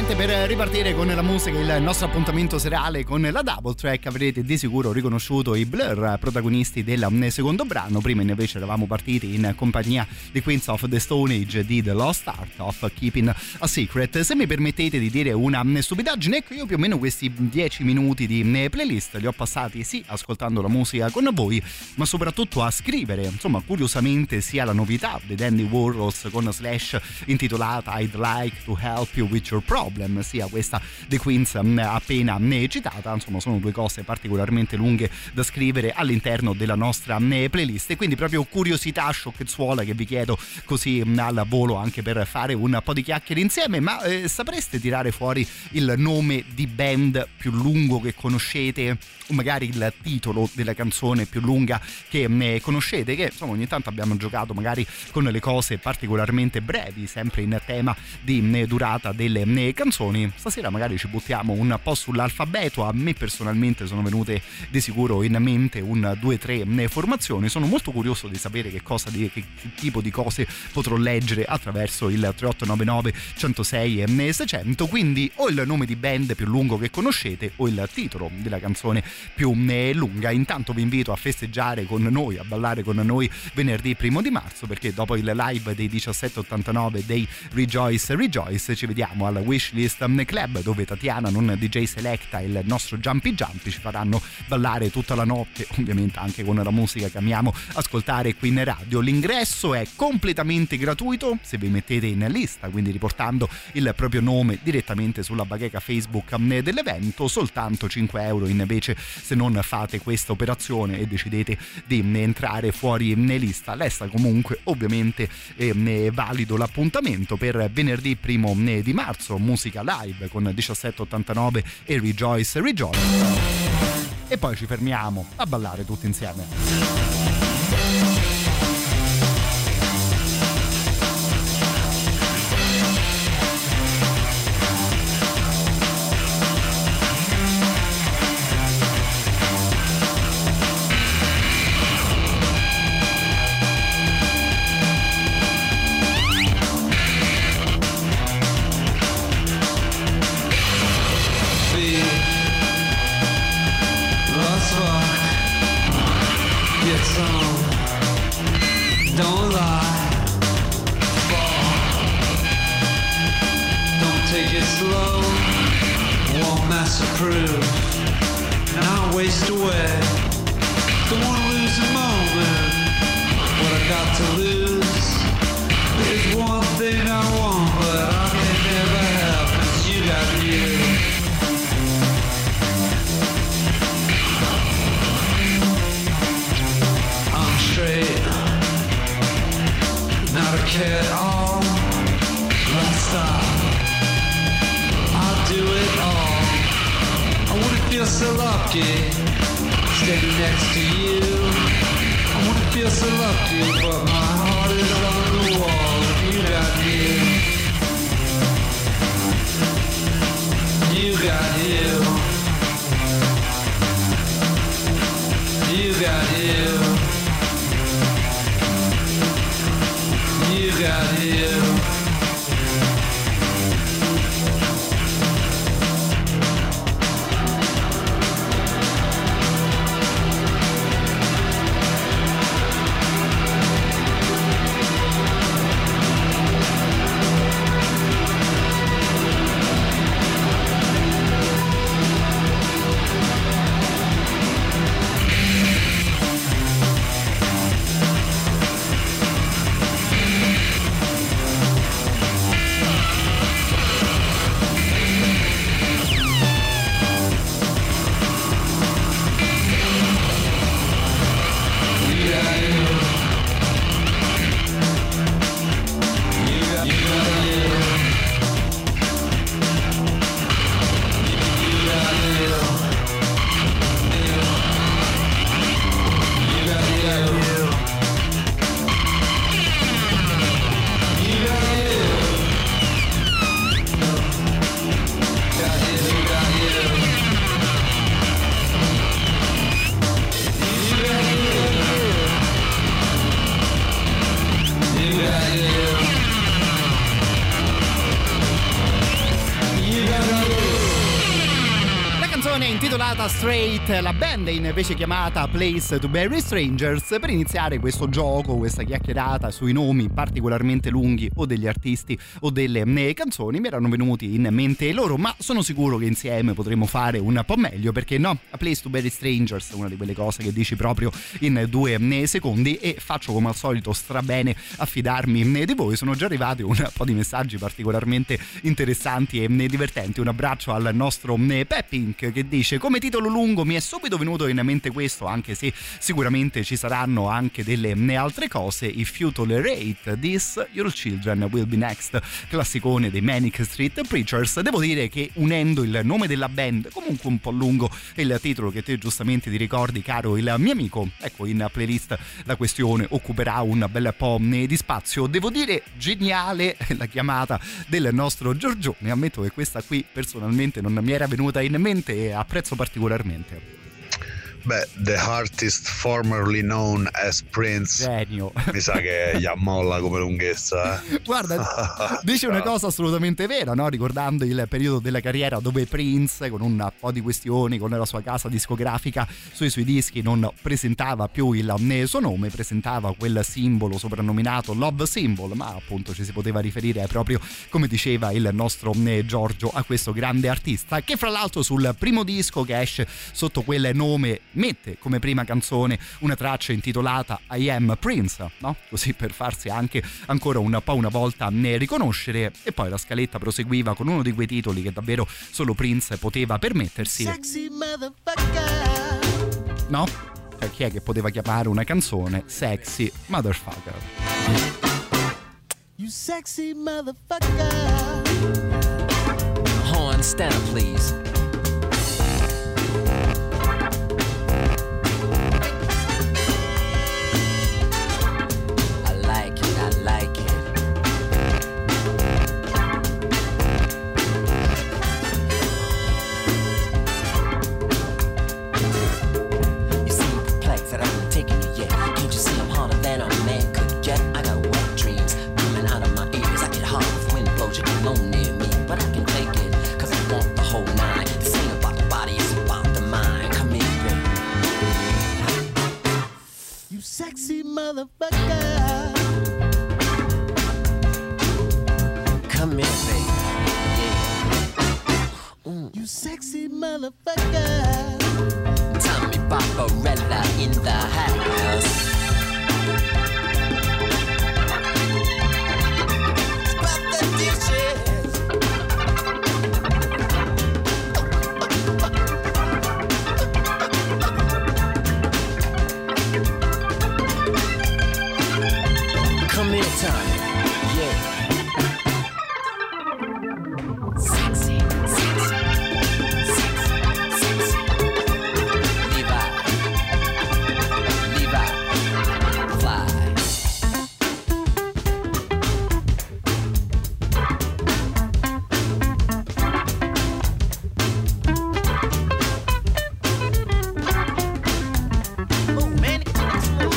niente, per ripartire con la musica, il nostro appuntamento serale con la double track, avrete di sicuro riconosciuto i Blur, protagonisti del secondo brano. Prima invece eravamo partiti in compagnia di Queens of the Stone Age di The Lost Art of Keeping a Secret. Se mi permettete di dire una stupidaggine, ecco, io più o meno questi dieci minuti di playlist li ho passati sì ascoltando la musica con voi, ma soprattutto a scrivere, insomma, curiosamente, sia la novità dei Dandy Warhols con Slash intitolata I'd Like to Help You With Your Problem, sia questa The Queens appena citata. Insomma, sono due cose particolarmente lunghe da scrivere all'interno della nostra playlist, e quindi proprio curiosità sciocchezzuola che vi chiedo così al volo, anche per fare un po' di chiacchiere insieme. Ma eh, sapreste tirare fuori il nome di band più lungo che conoscete, o magari il titolo della canzone più lunga che eh, conoscete? Che insomma ogni tanto abbiamo giocato magari con le cose particolarmente brevi, sempre in tema di eh, durata delle eh, canzoni. Stasera magari ci buttiamo un po' sull'alfabeto. A me personalmente sono venute di sicuro in mente un due tre eh, formazioni. Sono molto curioso di sapere che cosa di, che, che tipo di cose potrò leggere attraverso il tre otto nove nove uno zero sei e seicento. Quindi o il nome di band più lungo che conoscete o il titolo della canzone più lunga. Intanto vi invito a festeggiare con noi, a ballare con noi venerdì primo di marzo, perché dopo il live dei diciassette ottantanove dei Rejoice Rejoice ci vediamo al Wishlist Club, dove Tatiana, non D J Selecta, e il nostro Jumpy Jumpy ci faranno ballare tutta la notte, ovviamente anche con la musica che amiamo ascoltare qui in radio. L'ingresso è completamente gratuito se vi mettete in lista, quindi riportando il proprio nome direttamente sulla bacheca Facebook dell'evento. Soltanto cinque euro invece se non fate questa operazione e decidete di entrare fuori lista. Resta comunque ovviamente eh, valido l'appuntamento per venerdì primo di marzo, musica live con diciassette ottantanove e Rejoice Rejoice, e poi ci fermiamo a ballare tutti insieme. Don't lie, fall. Don't take it slow, won't mass approve. Not waste away, don't wanna lose a moment. What I got to lose is one thing I want, but I can never help, 'cause you got you. I'm straight, not a care at all. Let's stop, I'll do it all. I wanna feel so lucky, standing next to you. I wanna feel so lucky, but my heart is on the wall. You got you, you got you, you got you. You got you. canzone intitolata Straight, la band è invece chiamata Place to Bury Strangers. Per iniziare questo gioco, questa chiacchierata sui nomi particolarmente lunghi o degli artisti o delle eh, canzoni, mi erano venuti in mente loro, ma sono sicuro che insieme potremo fare un po' meglio, perché no? A Place to Bury Strangers è una di quelle cose che dici proprio in due eh, secondi, e faccio come al solito strabene a fidarmi eh, di voi. Sono già arrivati un po' di messaggi particolarmente interessanti e eh, divertenti. Un abbraccio al nostro eh, Pepping che dice: come titolo lungo mi è subito venuto in mente questo, anche se sicuramente ci saranno anche delle altre cose. If you tolerate this, your children will be next, classicone dei Manic Street Preachers. Devo dire che unendo il nome della band, comunque un po' lungo, e il titolo che te giustamente ti ricordi, caro il mio amico, ecco, in playlist la questione occuperà un bel po' di spazio. Devo dire geniale la chiamata del nostro Giorgione, ammetto che questa qui personalmente non mi era venuta in mente e apprezzo particolarmente. Beh, the artist formerly known as Prince. Genio. Mi sa che gli ammolla come lunghezza. Eh? Guarda, dice una cosa assolutamente vera, no? Ricordando il periodo della carriera dove Prince, con un po' di questioni con la sua casa discografica, sui suoi dischi non presentava più il suo nome, presentava quel simbolo soprannominato Love Symbol, ma appunto ci si poteva riferire proprio, come diceva il nostro Giorgio, a questo grande artista, che fra l'altro sul primo disco che esce sotto quel nome mette come prima canzone una traccia intitolata I Am Prince, no? Così per farsi anche ancora un po' una volta ne riconoscere, e poi la scaletta proseguiva con uno di quei titoli che davvero solo Prince poteva permettersi. Sexy motherfucker. No? Cioè, chi è che poteva chiamare una canzone Sexy Motherfucker? You sexy motherfucker. Horn, stand up, please. Sexy motherfucker. Come here, baby. Yeah. Mm. You sexy motherfucker. Tommy Barbarella in the house. Scrub the dishes. Come here, Tommy. Yeah. Sexy, sexy, sexy, sexy. Levi, Levi, fly. Oh man, it's smooth.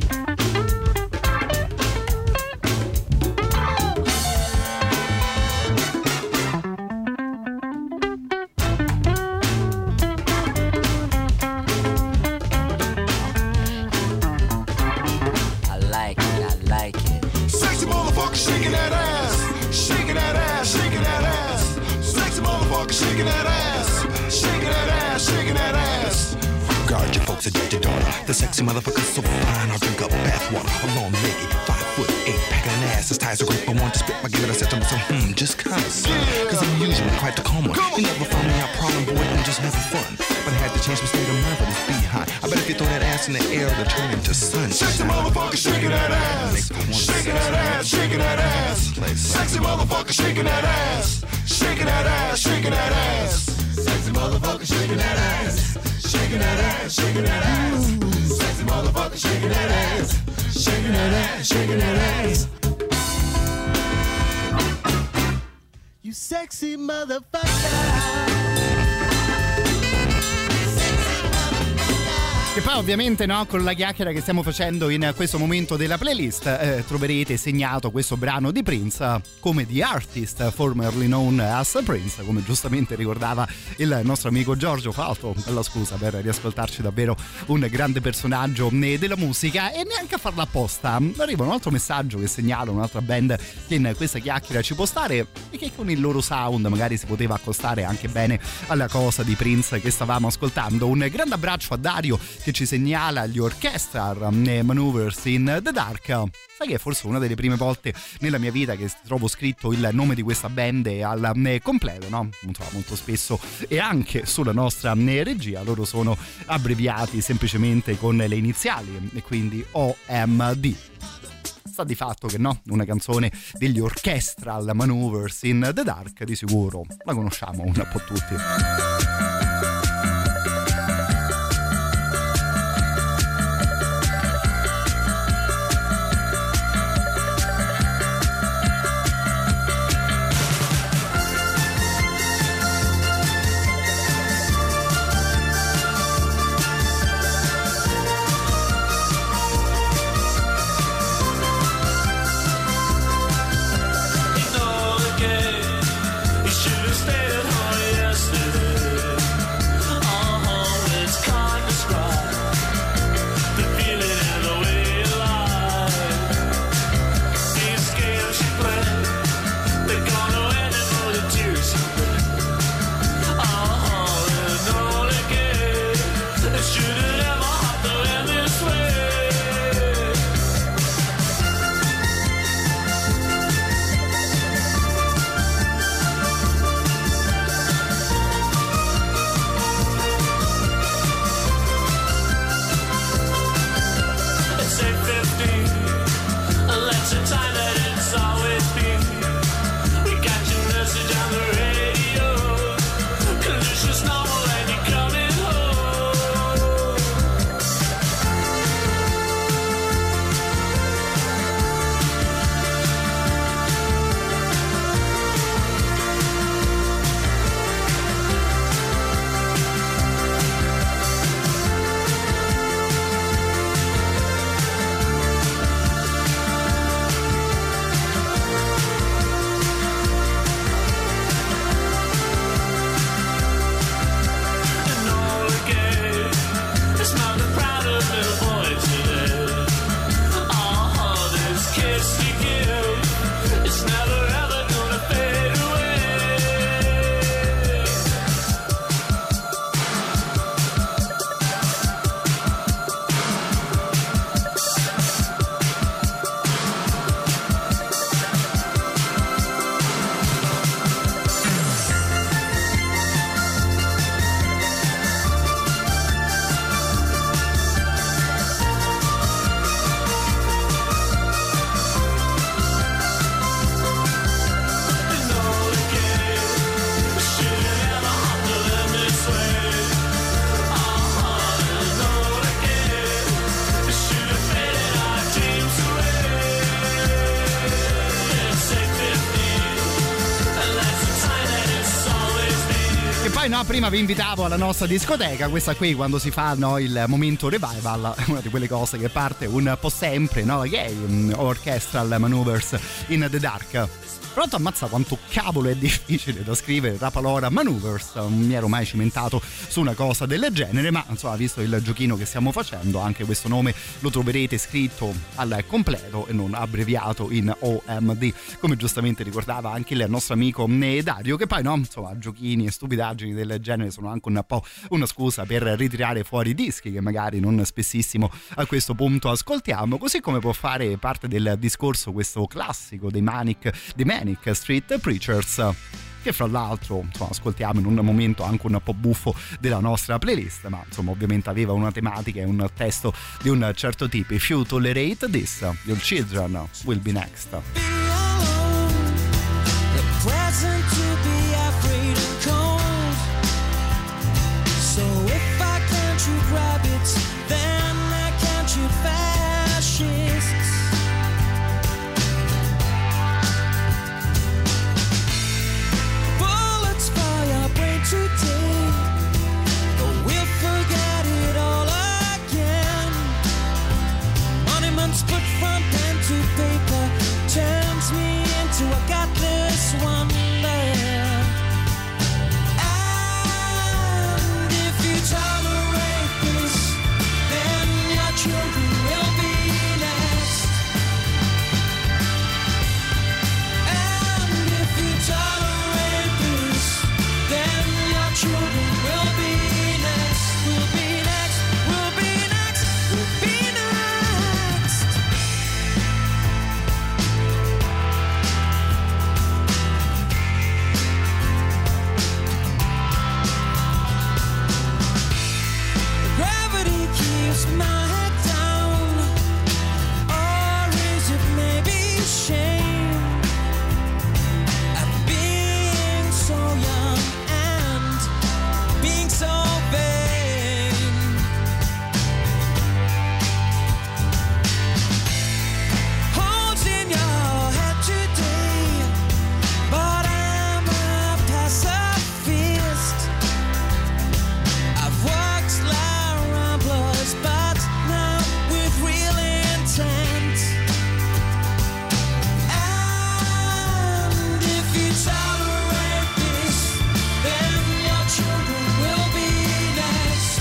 Shaking that ass, shaking that ass, shaking that ass. Sexy motherfucker, shaking that ass, shaking that ass, shaking that ass. Guard your folks, adjust your daughter. The sexy motherfucker's so fine, I'll drink up bathwater. A long legged, five foot eight, packing an ass as tight as a grape. I want to spit, I give it a set to myself, hmm, just kinda son. Cause I'm usually quite the calm one. You never found me out problem, boy, I'm just having fun. But I had to change my state of mind for this beehive. I bet if you throw that ass in the air, it'll turn into sun. Sexy motherfucker, shaking that ass, shaking that ass, shaking that ass. Sexy motherfucker, shaking that ass, shaking that ass, shaking that ass. Sexy motherfucker, shaking that ass, shaking that ass, shaking that ass. Sexy motherfucker, shaking that ass, shaking that ass, shaking that ass. You sexy motherfucker. Che poi poi ovviamente no, con la chiacchiera che stiamo facendo in questo momento della playlist eh, troverete segnato questo brano di Prince come The Artist formerly known as Prince, come giustamente ricordava il nostro amico Giorgio Falto. La scusa per riascoltarci, davvero un grande personaggio della musica, e neanche a farla apposta arriva un altro messaggio che segnala un'altra band che in questa chiacchiera ci può stare e che con il loro sound magari si poteva accostare anche bene alla cosa di Prince che stavamo ascoltando. Un grande abbraccio a Dario che ci segnala gli Orchestral Maneuvers in the Dark. Sai che è forse una delle prime volte nella mia vita che trovo scritto il nome di questa band al completo, no? Molto spesso, e anche sulla nostra regia loro sono abbreviati semplicemente con le iniziali, e quindi O M D. Sta di fatto che no, una canzone degli Orchestral Maneuvers in the Dark di sicuro la conosciamo un po' tutti. No, prima vi invitavo alla nostra discoteca, questa qui quando si fa no, il momento revival, una di quelle cose che parte un po' sempre, no? Gay, Orchestral Maneuvers in the Dark. Pronto, ammazza quanto cavolo è difficile da scrivere Rapalora Maneuvers, non mi ero mai cimentato su una cosa del genere, ma insomma visto il giochino che stiamo facendo anche questo nome lo troverete scritto al completo e non abbreviato in O M D, come giustamente ricordava anche il nostro amico Dario, che poi no, insomma giochini e stupidaggini del genere sono anche un po' una scusa per ritirare fuori dischi che magari non spessissimo a questo punto ascoltiamo, così come può fare parte del discorso questo classico dei Manic, dei Manic Street Preachers, che fra l'altro insomma, ascoltiamo in un momento anche un po' buffo della nostra playlist, ma insomma ovviamente aveva una tematica e un testo di un certo tipo. If you tolerate this, your children will be next. Today, but we'll forget it all again. children will be next, will be next, will be next, will be next. Gravity keeps my head down, or is it maybe shame at being so young and being so vain? Holes in your head today, but I'm a pacifist. I've worked like ramblers, but now with real intent. And if you tolerate this, then your children will be next.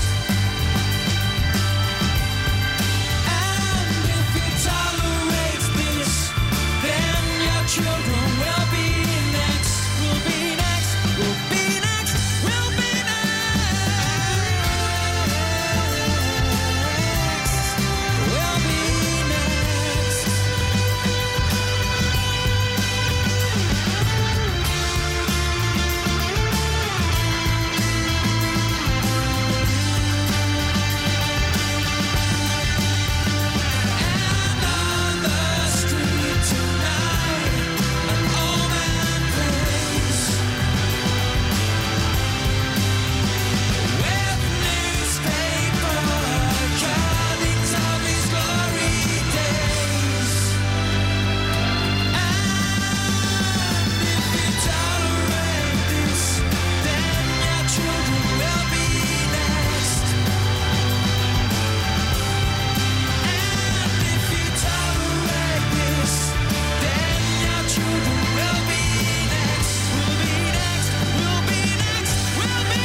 And if you tolerate this, then your children will be next, will be next, will be next, will be next, will be next. And on the street tonight, an old man plays with newspaper cuttings of his glory days. And if you tolerate this, then your children will be next. And if you tolerate this, then your children will be next, will be next, will be next, will be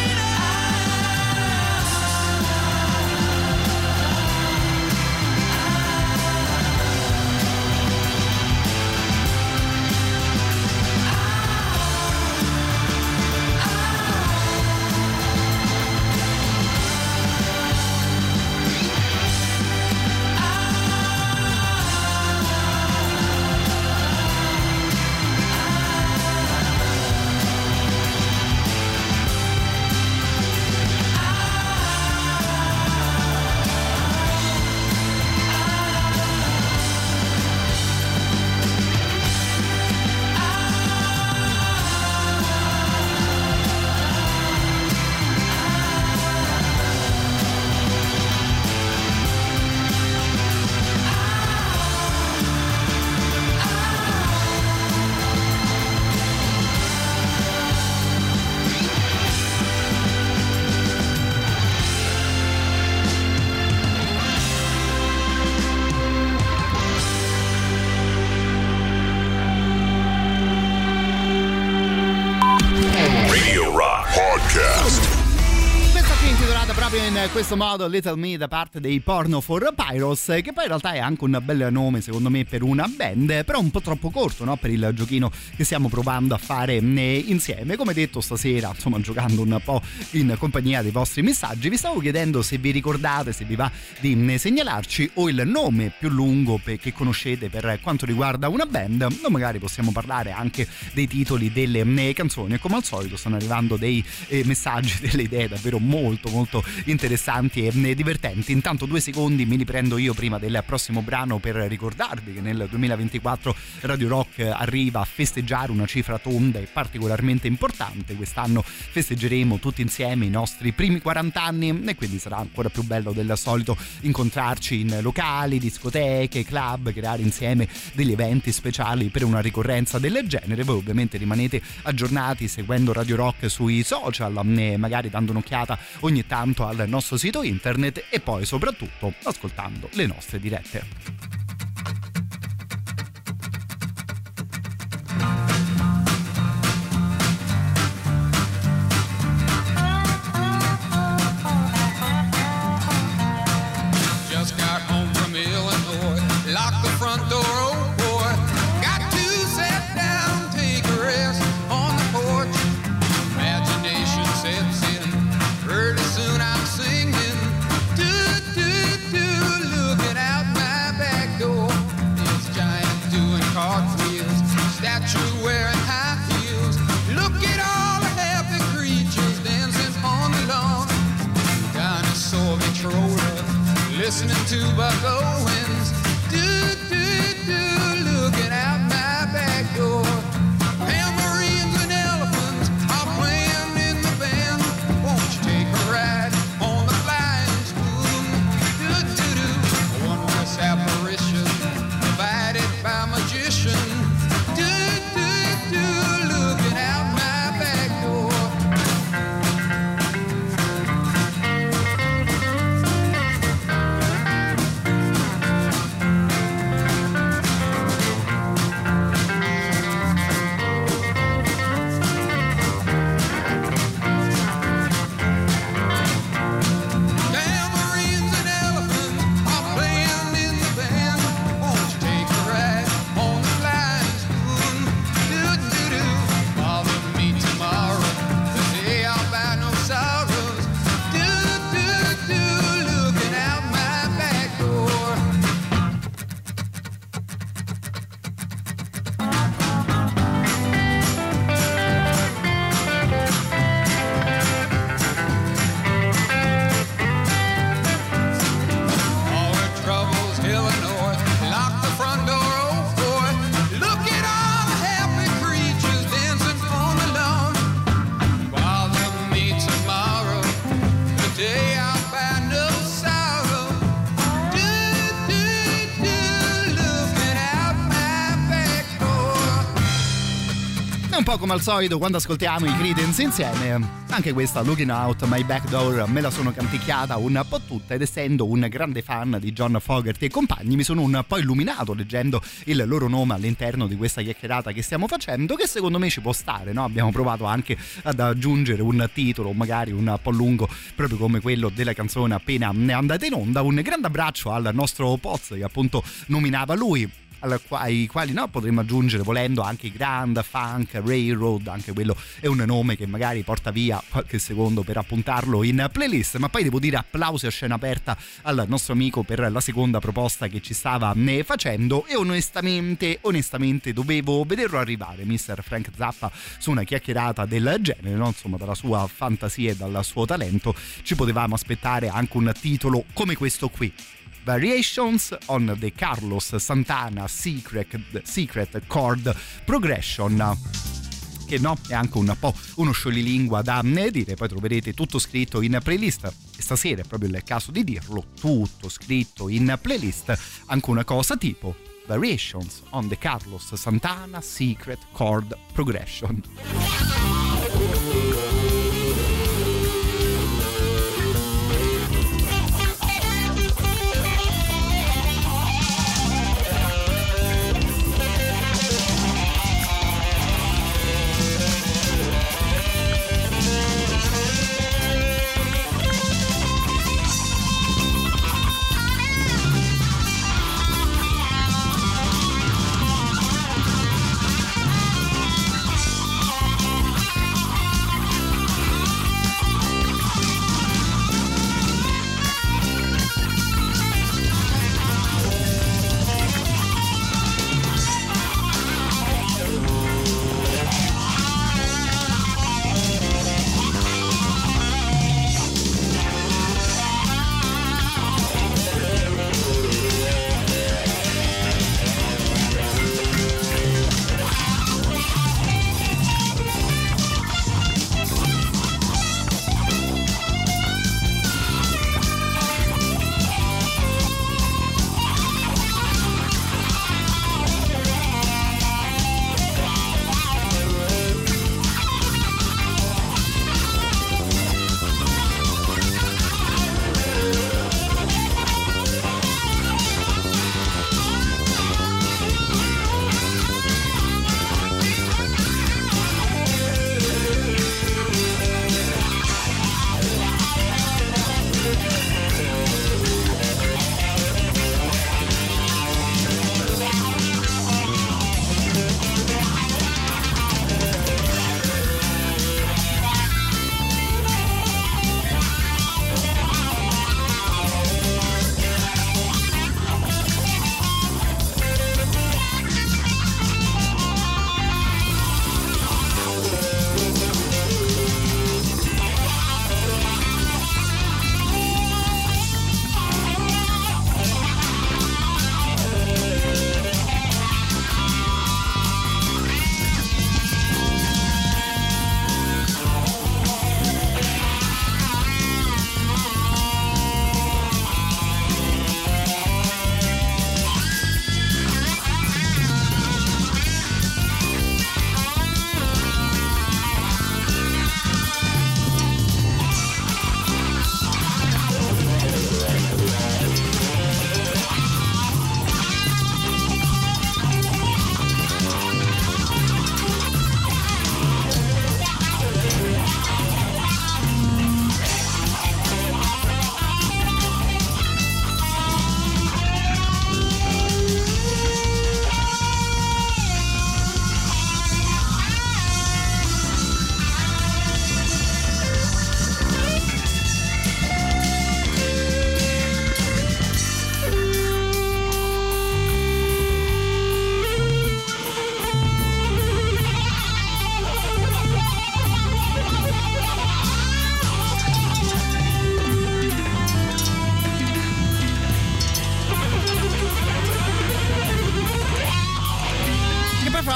Radio Rock Podcast. Questa qui è intitolata proprio in questo modo Little Me da parte dei Porno for Pyros, che poi in realtà è anche un bel nome secondo me per una band, però un po' troppo corto, no? Per il giochino che stiamo provando a fare insieme. Come detto stasera, insomma, giocando un po' in compagnia dei vostri messaggi, vi stavo chiedendo se vi ricordate, se vi va di segnalarci o il nome più lungo che conoscete per quanto riguarda una band, o magari possiamo parlare anche dei titoli delle canzoni. E come al solito stanno arrivando dei eh, messaggi, delle idee davvero molto molto interessanti e divertenti. Intanto due secondi me li prendo io prima del prossimo brano per ricordarvi che nel duemilaventiquattro Radio Rock arriva a festeggiare una cifra tonda e particolarmente importante. Quest'anno festeggeremo tutti insieme i nostri primi quaranta anni e quindi sarà ancora più bello del solito incontrarci in locali, discoteche, club, creare insieme degli eventi speciali per una ricorrenza del genere. Voi ovviamente rimanete aggiornati seguendo Radio Rock sui social, magari dando un'occhiata ogni tanto al nostro sito internet e poi soprattutto ascoltando le nostre dirette. Just got home from Illinois, locked the front door, oh boy. Got to sit down, take a rest on the porch. Imagination sets in. listening to Buck Owens. Do, do, do, looking out my back door. Tambourines and elephants are playing in the band. Won't you take a ride on the flying spoon? Do, do, do, a wondrous apparition provided by magician. Do, do, do, looking out my back door. Come al solito quando ascoltiamo i Creedence insieme, anche questa Looking Out My Back Door me la sono canticchiata un po' tutta, ed essendo un grande fan di John Fogerty e compagni mi sono un po' illuminato leggendo il loro nome all'interno di questa chiacchierata che stiamo facendo, che secondo me ci può stare, no? Abbiamo provato anche ad aggiungere un titolo magari un po' lungo proprio come quello della canzone appena andata in onda. Un grande abbraccio al nostro Poz che appunto nominava lui, ai quali no, potremmo aggiungere volendo anche Grand Funk Railroad, anche quello è un nome che magari porta via qualche secondo per appuntarlo in playlist. Ma poi devo dire applausi a scena aperta al nostro amico per la seconda proposta che ci stava facendo, e onestamente onestamente dovevo vederlo arrivare mister Frank Zappa su una chiacchierata del genere, no? Insomma, dalla sua fantasia e dal suo talento ci potevamo aspettare anche un titolo come questo qui, Variations on the Carlos Santana Secret, Secret Chord Progression, che no, è anche un po' uno scioglilingua da dire. Poi troverete tutto scritto in playlist, e stasera è proprio il caso di dirlo, tutto scritto in playlist, anche una cosa tipo Variations on the Carlos Santana Secret Chord Progression.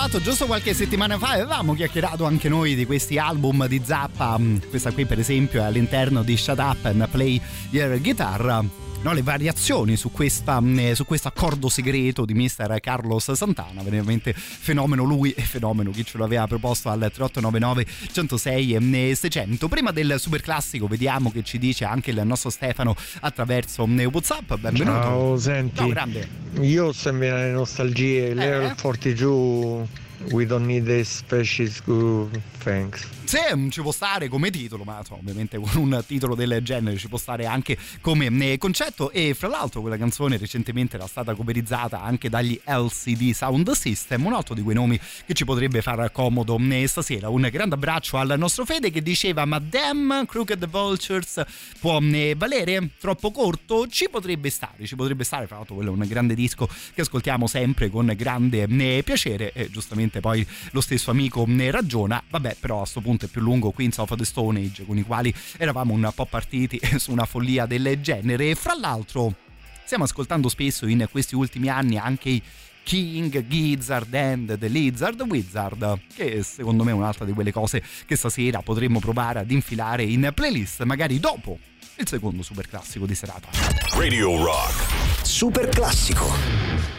ricordato, giusto qualche settimana fa avevamo chiacchierato anche noi di questi album di Zappa. Questa qui per esempio è all'interno di Shut Up and Play Your Guitar. No, le variazioni su, questa, su questo accordo segreto di mister Carlos Santana, veramente fenomeno lui e fenomeno chi ce l'aveva proposto al tre otto nove nove uno zero sei seicento. Prima del super classico vediamo che ci dice anche il nostro Stefano attraverso WhatsApp. Benvenuto. Ciao, senti, ciao grande. Io sto inviando le nostalgie, l'Air Eh? quarantadue, We don't need a special school, thanks. Sì, ci può stare come titolo, ma insomma, ovviamente con un titolo del genere ci può stare anche come concetto. E fra l'altro quella canzone recentemente era stata coverizzata anche dagli L C D Sound System, un altro di quei nomi che ci potrebbe far comodo stasera. Un grande abbraccio al nostro Fede che diceva: ma damn, Crooked Vultures può valere? Troppo corto? Ci potrebbe stare, ci potrebbe stare. Fra l'altro quello è un grande disco che ascoltiamo sempre con grande piacere, e giustamente poi lo stesso amico ne ragiona. Vabbè, però a sto punto è più lungo Queens of the Stone Age, con i quali eravamo un po' partiti su una follia del genere. Fra l'altro stiamo ascoltando spesso in questi ultimi anni anche i King Gizzard and the Lizard Wizard, che secondo me è un'altra di quelle cose che stasera potremmo provare ad infilare in playlist, magari dopo il secondo super classico di serata. Radio Rock Super classico.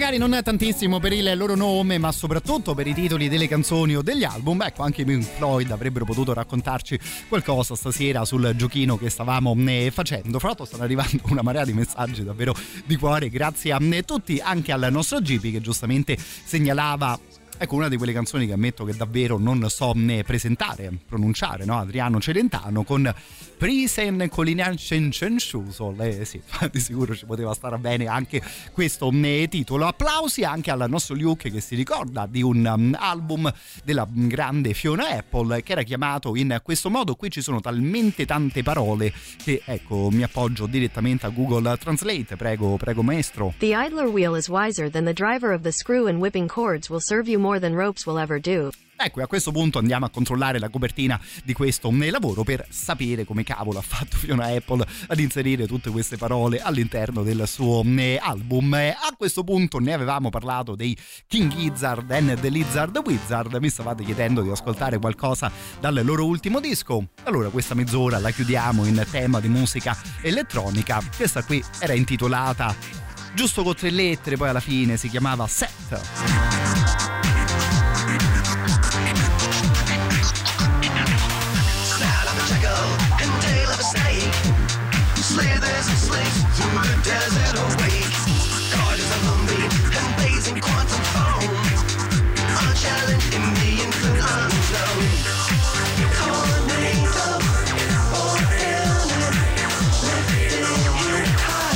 magari non è tantissimo per il loro nome, ma soprattutto per i titoli delle canzoni o degli album. Ecco, anche i Pink Floyd avrebbero potuto raccontarci qualcosa stasera sul giochino che stavamo facendo. Fra l'altro stanno arrivando una marea di messaggi davvero di cuore, grazie a tutti, anche al nostro Gipi che giustamente segnalava, ecco, una di quelle canzoni che ammetto che davvero non so né presentare, pronunciare, no? Adriano Celentano con Prisen Colinancen Censuso. Eh sì, di sicuro ci poteva stare bene anche questo um, titolo. Applausi anche al nostro Luke che si ricorda di un um, album della grande Fiona Apple che era chiamato in questo modo. Qui ci sono talmente tante parole che, ecco, mi appoggio direttamente a Google Translate. Prego, prego maestro. The idler wheel is wiser than the driver of the screw and whipping cords will serve you more than ropes will ever do. Ecco, a questo punto andiamo a controllare la copertina di questo lavoro per sapere come cavolo ha fatto Fiona Apple ad inserire tutte queste parole all'interno del suo album. A questo punto ne avevamo parlato dei King Gizzard and the Lizard Wizard. Mi stavate chiedendo di ascoltare qualcosa dal loro ultimo disco. Allora questa mezz'ora la chiudiamo in tema di musica elettronica. Questa qui era intitolata giusto con tre lettere, poi alla fine si chiamava Set. Slithers and slaves through the desert awake. Guardians of the moon and blazing quantum foam. Unchallenged in the infinite unknown. Tornado or illness, lifting you high.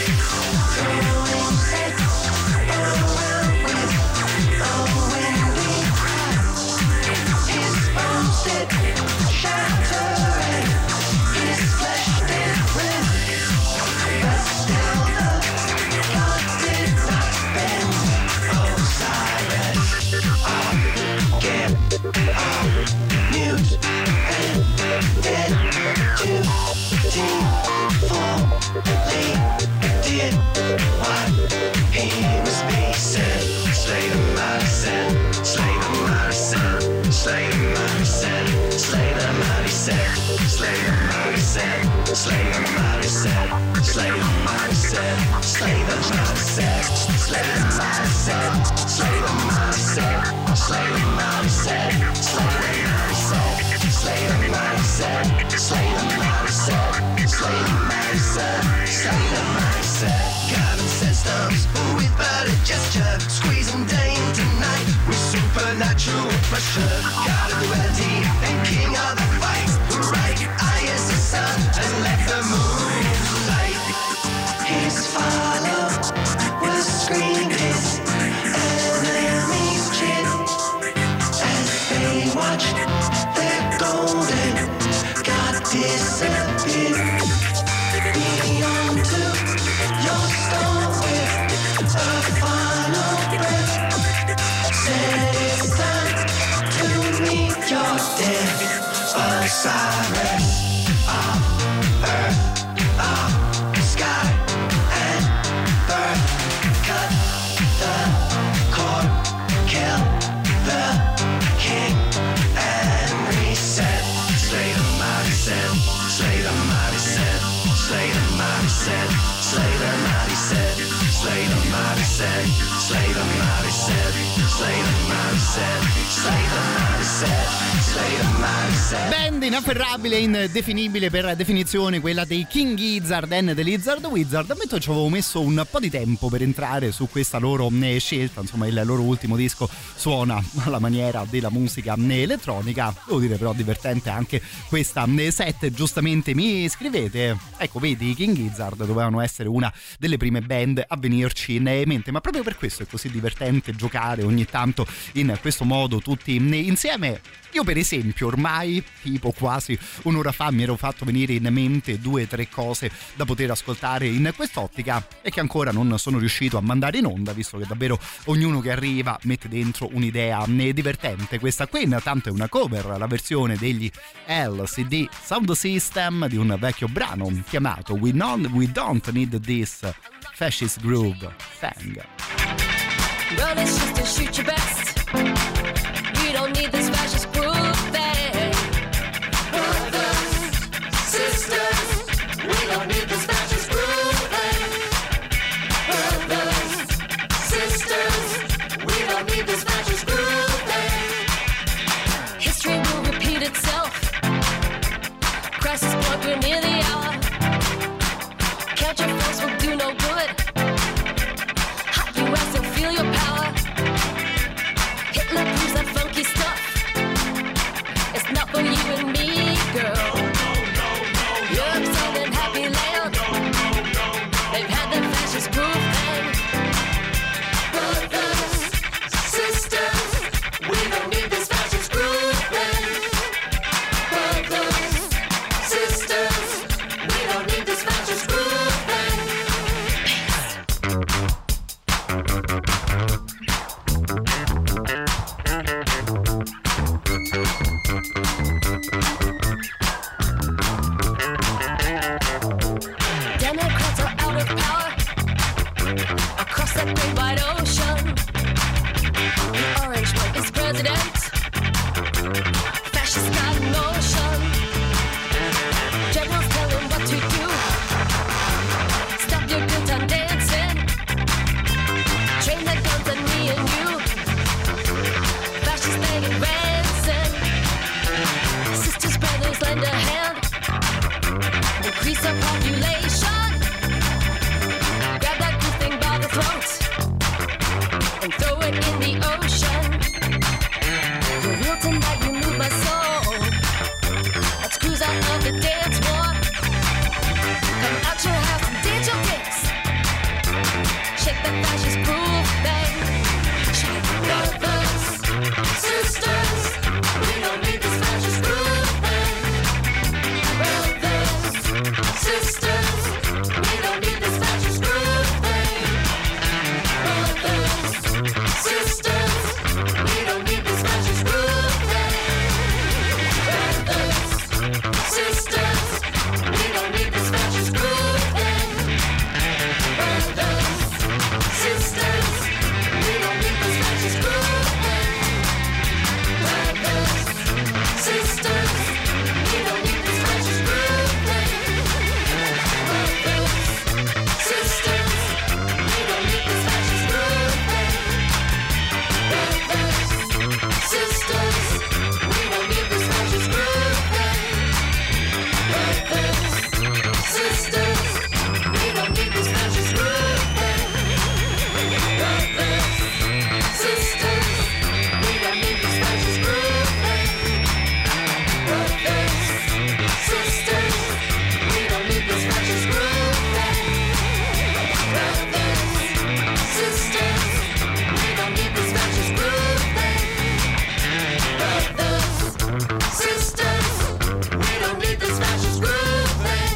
Throwing sets around with a windy cry. His bones did shattering, his flesh did rend. But still the God did not bend. Osiris, I get out, mute and dead. Too deep, fully did what he must be said. Slay the mighty said, slay the mighty said, slay the mighty said, slay the mighty said, slay the mighty said, slay the mighty said, slay the mighty said, slay the mighty said, slay the mighty said, slay the mighty said, slay the mighty said, slay the mighty said, slay the mighty said, slay the mighty said, slay the mighty said, slay the mighty said. Guidance systems with but a gesture, squeezing Dane tonight with supernatural pressure. God of duality and king of the fight, right eye is the sun and left the moon light. His follow will scream his enemies cheer as they watch their golden God disappear. Beyond to your storm with a final breath. Said it's time to meet your death. Osiris of earth, of sky and birth. Cut the cord, kill the king and reset. Slay the mighty set, slay the mighty set, slay the mighty set, slay the mighty set, slay the mighty set, slay the mighty set, slay the mighty set, slay the mighty set, slay the mighty set. Band inafferrabile, indefinibile per definizione, quella dei King Gizzard and the Lizard Wizard. Ammetto ci avevo messo un po' di tempo per entrare su questa loro scelta, insomma il loro ultimo disco suona alla maniera della musica elettronica, devo dire però divertente anche questa set. Giustamente mi scrivete, ecco vedi, i King Gizzard dovevano essere una delle prime band a venirci in mente, ma proprio per questo è così divertente giocare ogni tanto in questo modo tutti insieme. Io per esempio ormai tipo quasi un'ora fa mi ero fatto venire in mente due o tre cose da poter ascoltare in quest'ottica e che ancora non sono riuscito a mandare in onda, visto che davvero ognuno che arriva mette dentro un'idea divertente. Questa qui intanto è una cover, la versione degli L C D Sound System di un vecchio brano chiamato We, non, We Don't Need This Fascist Groove Thing. Well, it's just to shoot your best. We don't need this fascist groove thing. Brothers, sisters, we don't need this fascist groove thing. Brothers, sisters. loser of the dance war. Come out your house and dance your dance. Shake the fascist groove, bang. Shake brothers, sisters, we don't need this fascist groove, bang. Brothers, sisters, we don't need this fascist groove, bang. Brothers, sisters, we don't need this fascist groove, bang. Brothers, sisters, we don't need this fascist groove, bang. Brothers, sisters, we don't need this fascist groove, bang. Brothers, sisters, we don't need this fascist groove, bang. Brothers, sisters, we don't need this fascist groove, bang. Brothers, sisters, we don't need this fascist groove, bang. Brothers, sisters, we don't need this fascist groove, bang. Brothers, sisters, we don't need this fascist groove, bang. Brothers, sisters, we don't need this fascist groove, bang. Brothers, sisters, we don't need this fascist groove, bang. Brothers, sisters, we don't need this fascist groove,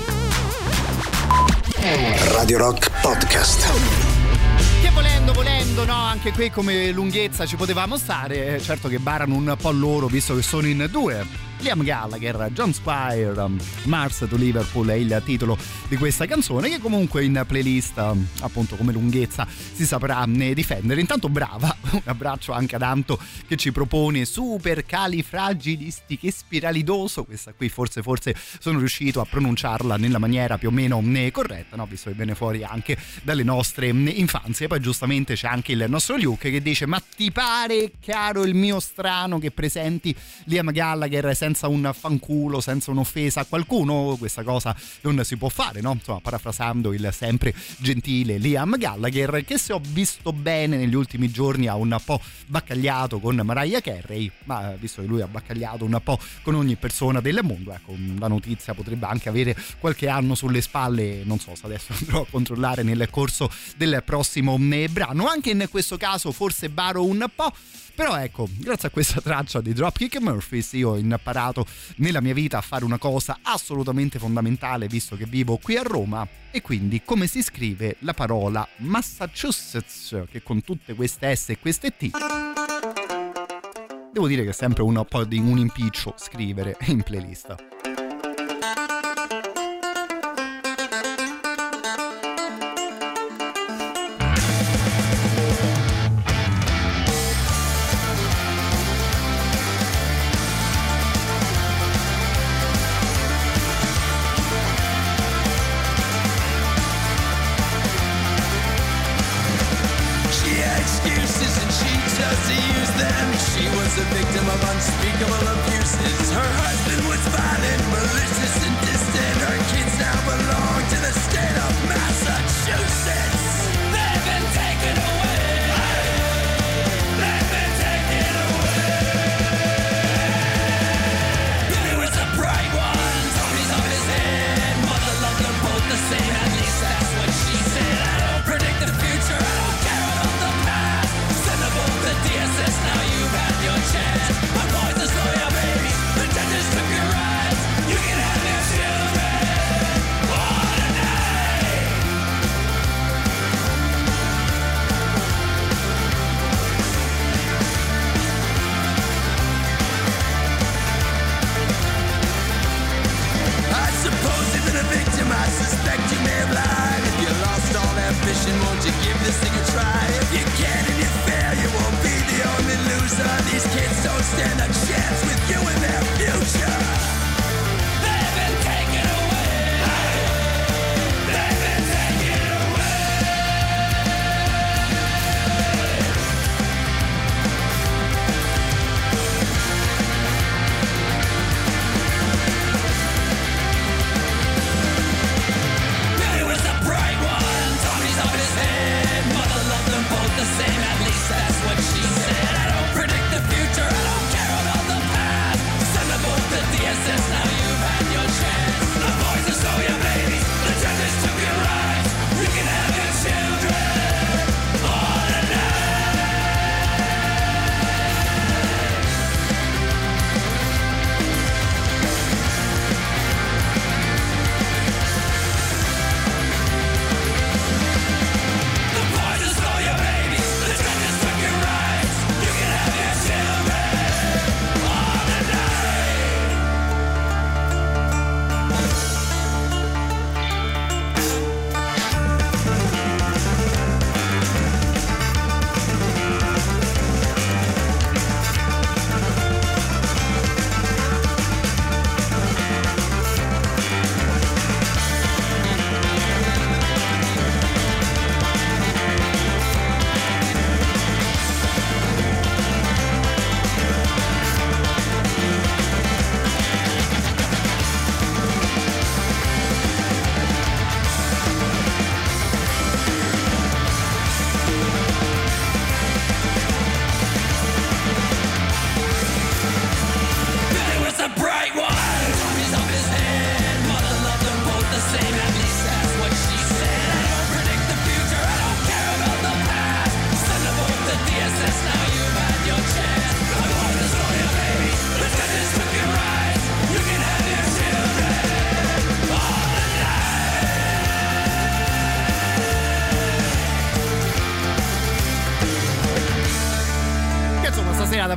bang. Radio Rock Podcast. Che volendo, volendo, no, anche qui come lunghezza ci potevamo stare. Certo che barano un po' loro, visto che sono in due. Liam Gallagher, John Squire, Mars to Liverpool è il titolo di questa canzone, che comunque in playlist, appunto, come lunghezza si saprà difendere. Intanto brava, un abbraccio anche ad Anto che ci propone super califragilistiche spiralidoso. Questa qui forse forse sono riuscito a pronunciarla nella maniera più o meno corretta, no? Visto che viene fuori anche dalle nostre infanzie. Poi giustamente c'è anche il nostro Luke che dice: ma ti pare, caro il mio strano, che presenti Liam Gallagher senza un fanculo, senza un'offesa a qualcuno? Questa cosa non si può fare, no? Insomma, parafrasando il sempre gentile Liam Gallagher, che, se ho visto bene, negli ultimi giorni ha un po' baccagliato con Mariah Carey, ma visto che lui ha baccagliato un po' con ogni persona del mondo, ecco, la notizia potrebbe anche avere qualche anno sulle spalle. Non so se adesso andrò a controllare nel corso del prossimo brano. Anche in questo caso forse baro un po'. Però ecco, grazie a questa traccia di Dropkick Murphys io ho imparato nella mia vita a fare una cosa assolutamente fondamentale, visto che vivo qui a Roma, e quindi come si scrive la parola Massachusetts, che con tutte queste S e queste T devo dire che è sempre un po' di un impiccio scrivere in playlist. She was a victim of unspeakable abuses. Her husband was violent, malicious, and distant. Her kids now belong to the state of Massachusetts. They've been taken away. They've been taken away. Billy was a bright one, Tony's on his head. Mother loved them both the same, at least that's what she said. I don't predict the future, I don't care about the past. Send them both to D S S, now you've had your chance. I'm going to slow your baby, the dentist took your rights. You can have your children, what a night. I suppose if you're a victim, I suspect you may have lied. If you lost all ambition, won't you give this thing a try? If you can and you fail, you won't be the only loser. These kids don't stand a chance with you in their future. They've been taken away. They've been taken away. Billy was a bright one, Tony's off his head. Mother loved them both the same, at least that's what she said. I don't predict the future, I don't care about the past. Send them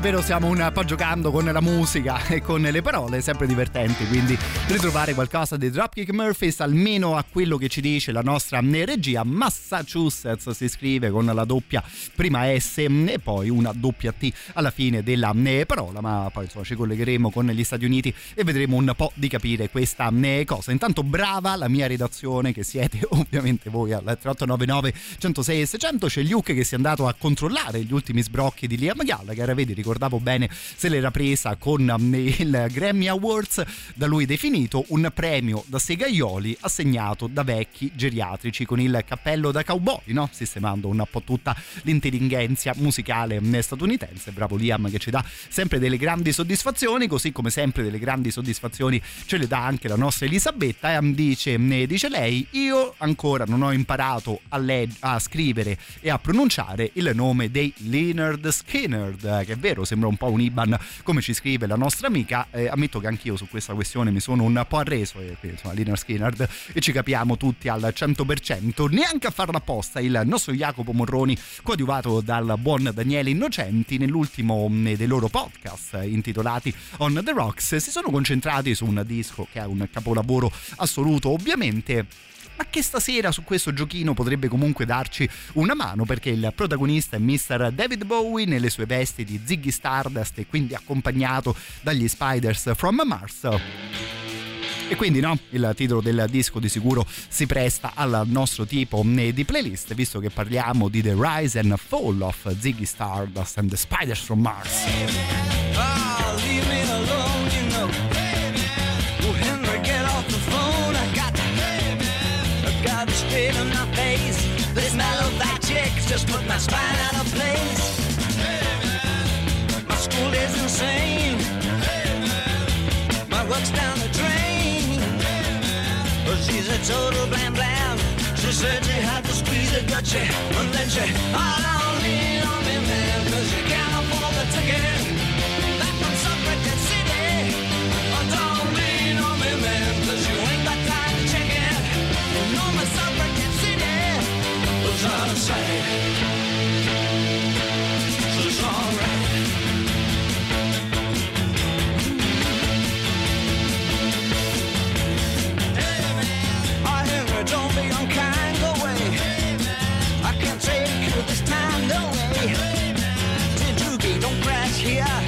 davvero stiamo un po' giocando con la musica e con le parole, sempre divertenti, quindi ritrovare qualcosa di Dropkick Murphys, almeno a quello che ci dice la nostra regia. Massachusetts si scrive con la doppia prima S e poi una doppia T alla fine della parola, ma poi insomma ci collegheremo con gli Stati Uniti e vedremo un po' di capire questa cosa. Intanto brava la mia redazione, che siete ovviamente voi al tre otto nove nove uno zero sei e seicento. C'è Luke che si è andato a controllare gli ultimi sbrocchi di Liam Gallagher, vedi, ricordavo bene, se l'era presa con il Grammy Awards, da lui definito un premio da segaioli assegnato da vecchi geriatrici con il cappello da cowboy, no? Sistemando un po' tutta l'intelligenza musicale statunitense. Bravo Liam, che ci dà sempre delle grandi soddisfazioni, così come sempre delle grandi soddisfazioni ce le dà anche la nostra Elisabetta. E dice, dice lei: io ancora non ho imparato a, leg- a scrivere e a pronunciare il nome dei Lynyrd Skynyrd, che è vero, sembra un po' un I B A N come ci scrive la nostra amica. eh, ammetto che anch'io su questa questione mi sono un po' arreso, e quindi insomma Lynyrd Skynyrd, e ci capiamo tutti al cento per cento, neanche a farla apposta. Il nostro Jacopo Morroni, coadiuvato dal buon Daniele Innocenti, nell'ultimo dei loro podcast intitolati On the Rocks, si sono concentrati su un disco che è un capolavoro assoluto, ovviamente, ma che stasera su questo giochino potrebbe comunque darci una mano, perché il protagonista è mister David Bowie nelle sue vesti di Ziggy Stardust e quindi accompagnato dagli Spiders from Mars. E quindi no, il titolo del disco di sicuro si presta al nostro tipo di playlist, visto che parliamo di The Rise and Fall of Ziggy Stardust and the Spiders from Mars. Oh, leave me alone, you know. Oh, Henry, get off the phone. I got, I got straight in my face. This mellow fat chick's just put my spine out of place. My school is insane. My work's down the drain. But she's a total blam blam. She said you had to squeeze it, but she, and then she, oh, don't lean on me, man, cause you can't afford the ticket. Back from Suffragette City. Oh, don't lean on me, man, cause you ain't got time to check it. You know my Suffragette City was out of sight. So it's alright. Don't be unkind, go away. I can't take you this time, no way. Did you don't crash here.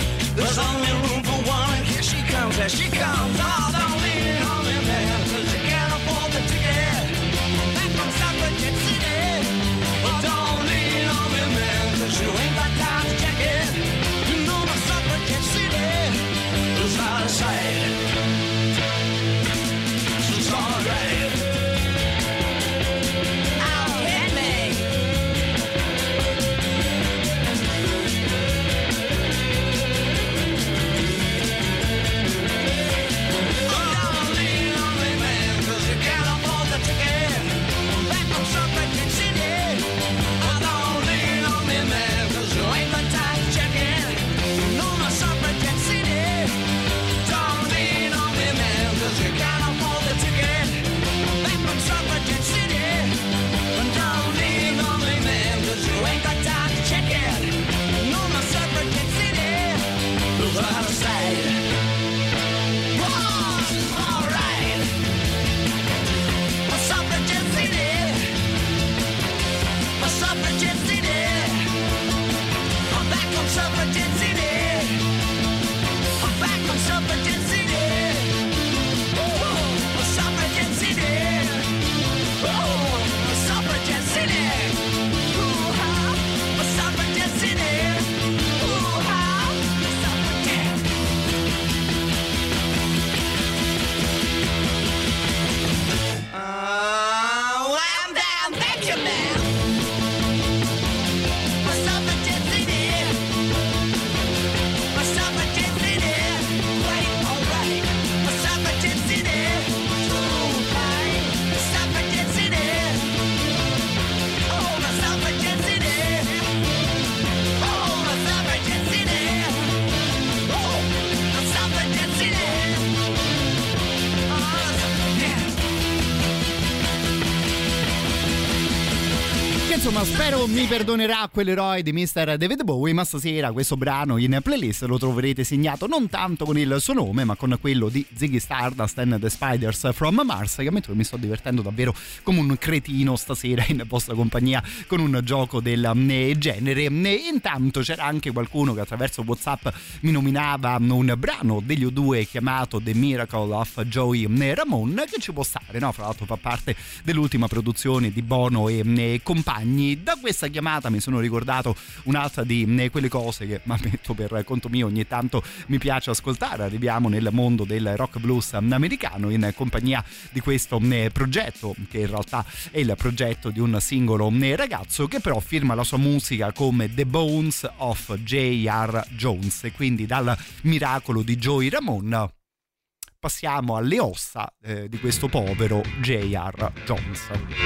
insomma, spero mi perdonerà quell'eroe di mister David Bowie, ma stasera questo brano in playlist lo troverete segnato non tanto con il suo nome ma con quello di Ziggy Stardust and the Spiders from Mars, che ammetto che mi sto divertendo davvero come un cretino stasera in vostra compagnia con un gioco del genere. E intanto c'era anche qualcuno che attraverso WhatsApp mi nominava un brano degli U due chiamato The Miracle of Joey Ramone, che ci può stare, no? Fra l'altro fa parte dell'ultima produzione di Bono e compagni. Da questa chiamata mi sono ricordato un'altra di quelle cose che, ma ammetto per conto mio, ogni tanto mi piace ascoltare. Arriviamo nel mondo del rock blues americano in compagnia di questo progetto, che in realtà è il progetto di un singolo ragazzo che però firma la sua musica come The Bones of J R. Jones, e quindi dal miracolo di Joey Ramone passiamo alle ossa eh, di questo povero J R. Jones.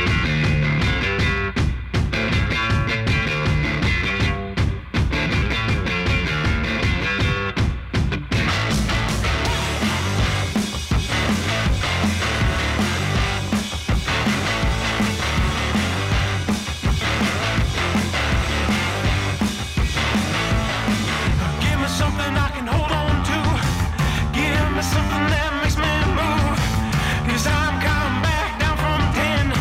Something that makes me move, 'cause I'm coming back down from ten.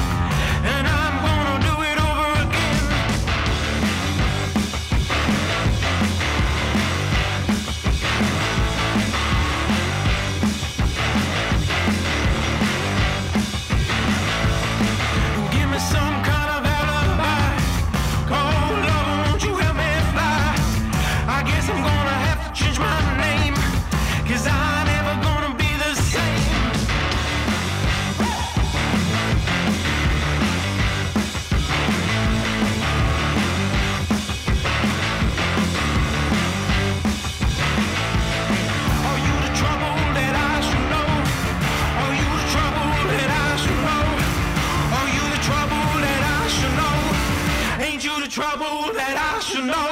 trouble that I should know.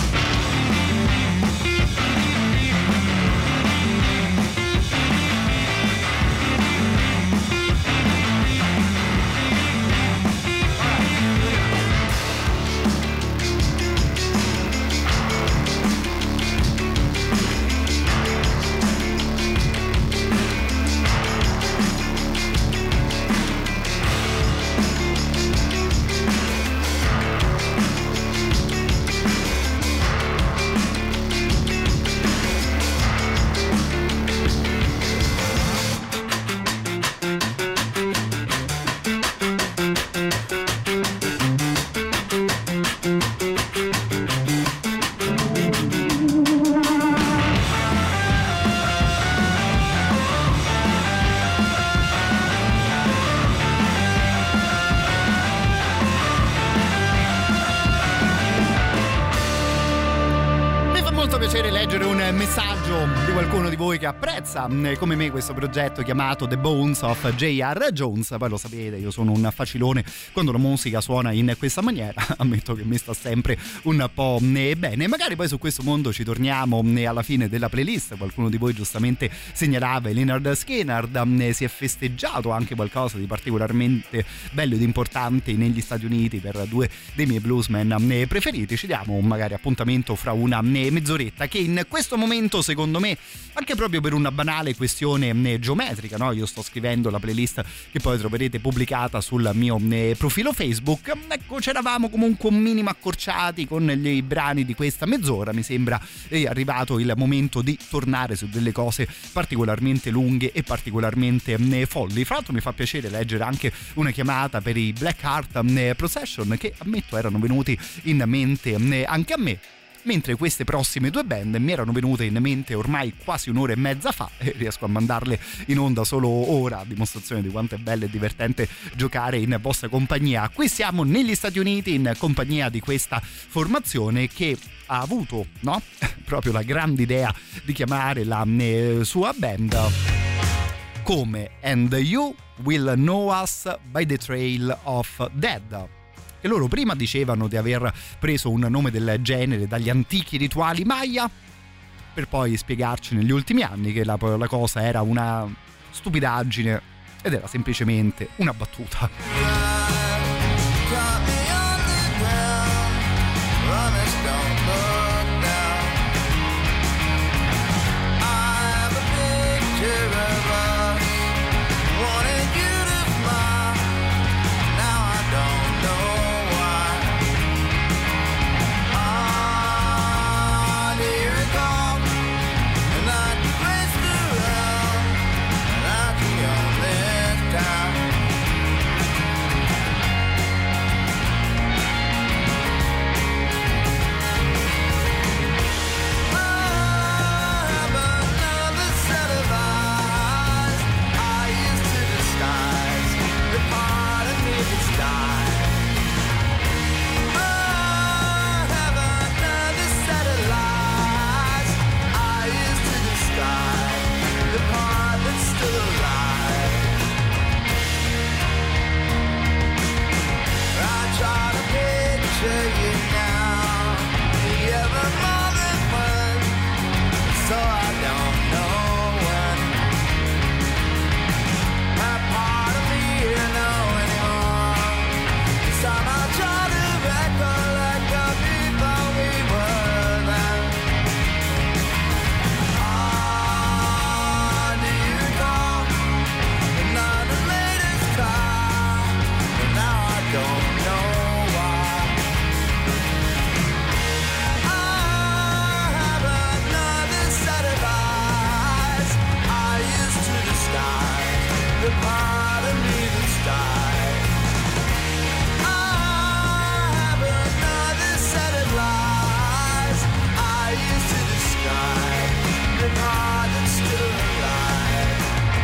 Messaggio di qualcuno di voi che apprezza come me questo progetto chiamato The Bones of J R. Jones. Poi lo sapete, io sono un facilone quando la musica suona in questa maniera, ammetto che mi sta sempre un po' bene. Magari poi su questo mondo ci torniamo alla fine della playlist. Qualcuno di voi giustamente segnalava Lynyrd Skynyrd, si è festeggiato anche qualcosa di particolarmente bello ed importante negli Stati Uniti per due dei miei bluesmen preferiti. Ci diamo magari appuntamento fra una mezz'oretta, che in questo momento secondo me anche proprio per una banale questione geometrica, no? Io sto scrivendo la playlist che poi troverete pubblicata sul mio profilo Facebook. Ecco, c'eravamo comunque un minimo accorciati con i brani di questa mezz'ora. Mi sembra è arrivato il momento di tornare su delle cose particolarmente lunghe e particolarmente folli. Fra l'altro mi fa piacere leggere anche una chiamata per i Black Heart Procession, che ammetto erano venuti in mente anche a me, mentre queste prossime due band mi erano venute in mente ormai quasi un'ora e mezza fa e riesco a mandarle in onda solo ora, a dimostrazione di quanto è bello e divertente giocare in vostra compagnia. Qui siamo negli Stati Uniti in compagnia di questa formazione che ha avuto, no? proprio la grande idea di chiamare la sua band come And You Will Know Us by the Trail of Dead. E loro prima dicevano di aver preso un nome del genere dagli antichi rituali Maya, per poi spiegarci negli ultimi anni che la, la cosa era una stupidaggine ed era semplicemente una battuta. part of me that's died. I have another set of lies I used to describe the part that's still alive.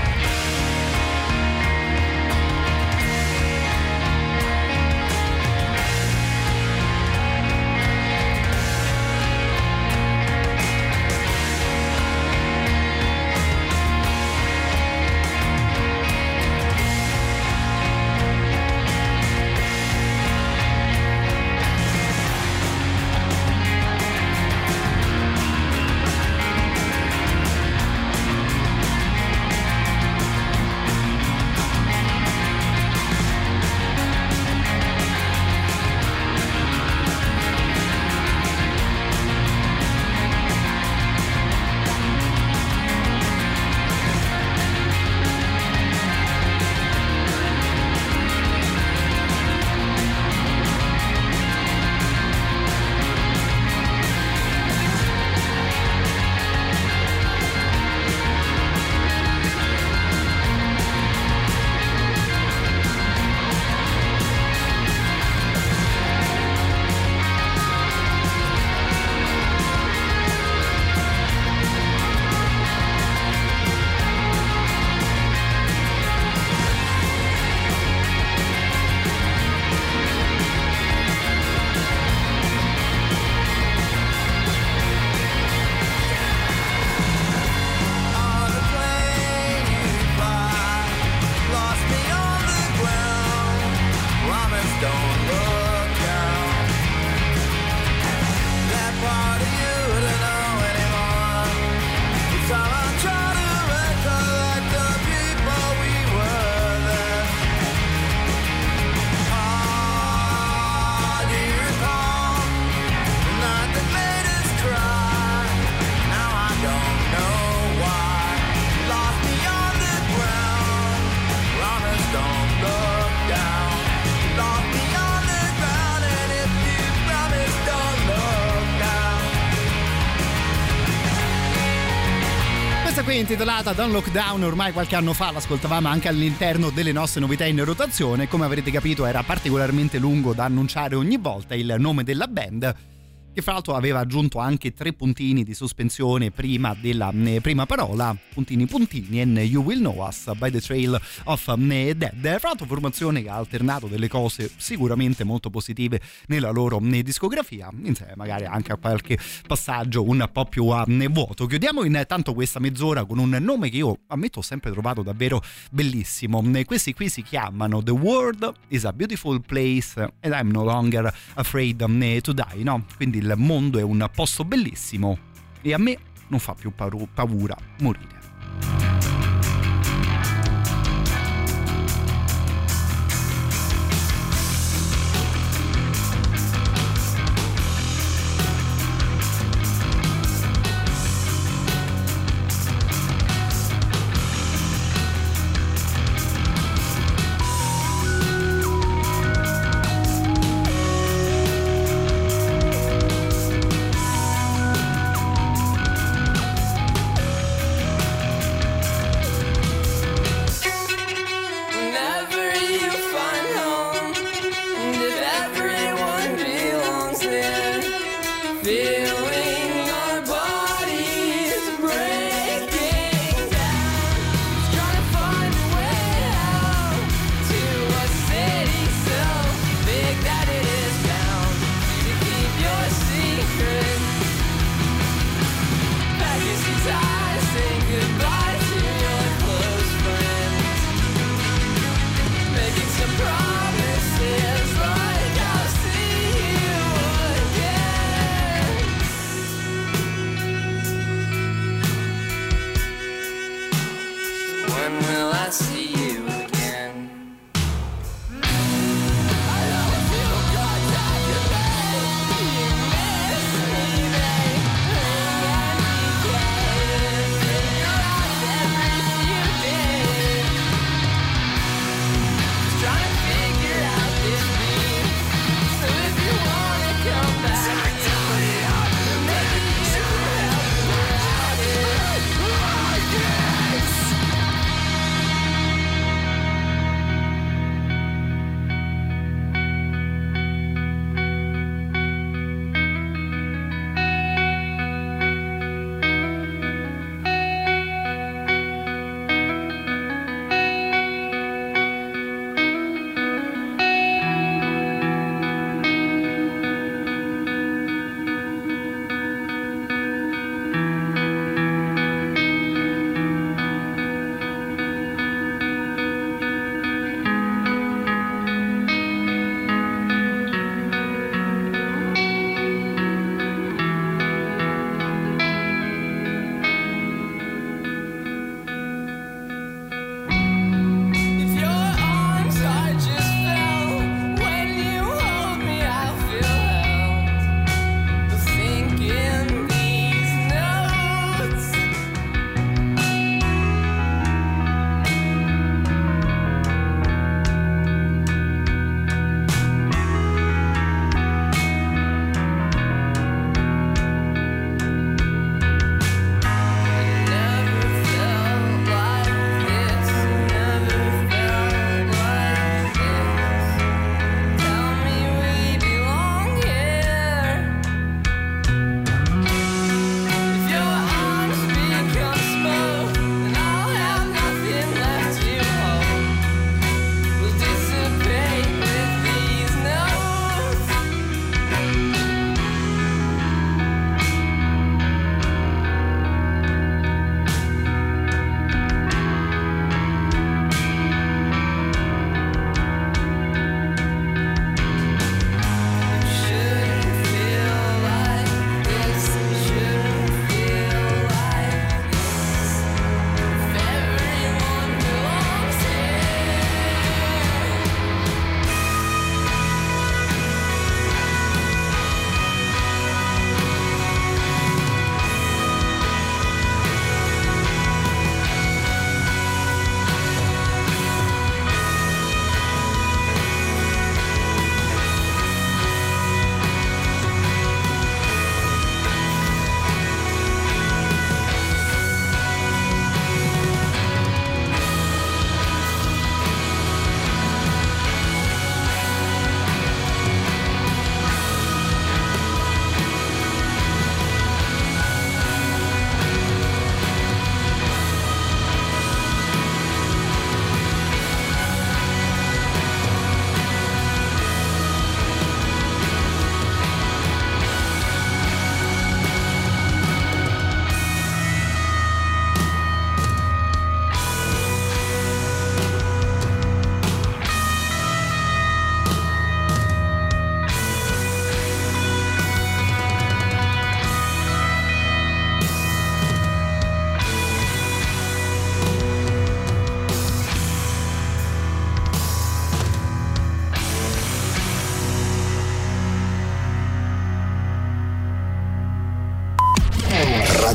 Intitolata Don't Look Down, ormai qualche anno fa l'ascoltavamo anche all'interno delle nostre novità in rotazione. Come avrete capito era particolarmente lungo da annunciare ogni volta il nome della band, che fra l'altro aveva aggiunto anche tre puntini di sospensione prima della eh, prima parola, puntini puntini, and You Will Know Us by the Trail of eh, Dead. Fra l'altro formazione che ha alternato delle cose sicuramente molto positive nella loro eh, discografia, insieme magari anche a qualche passaggio un po' più a eh, vuoto. Chiudiamo intanto questa mezz'ora con un nome che io ammetto ho sempre trovato davvero bellissimo. Eh, questi qui si chiamano The World is a Beautiful Place and I'm No Longer Afraid eh, to Die, no? Quindi il mondo è un posto bellissimo e a me non fa più paura morire.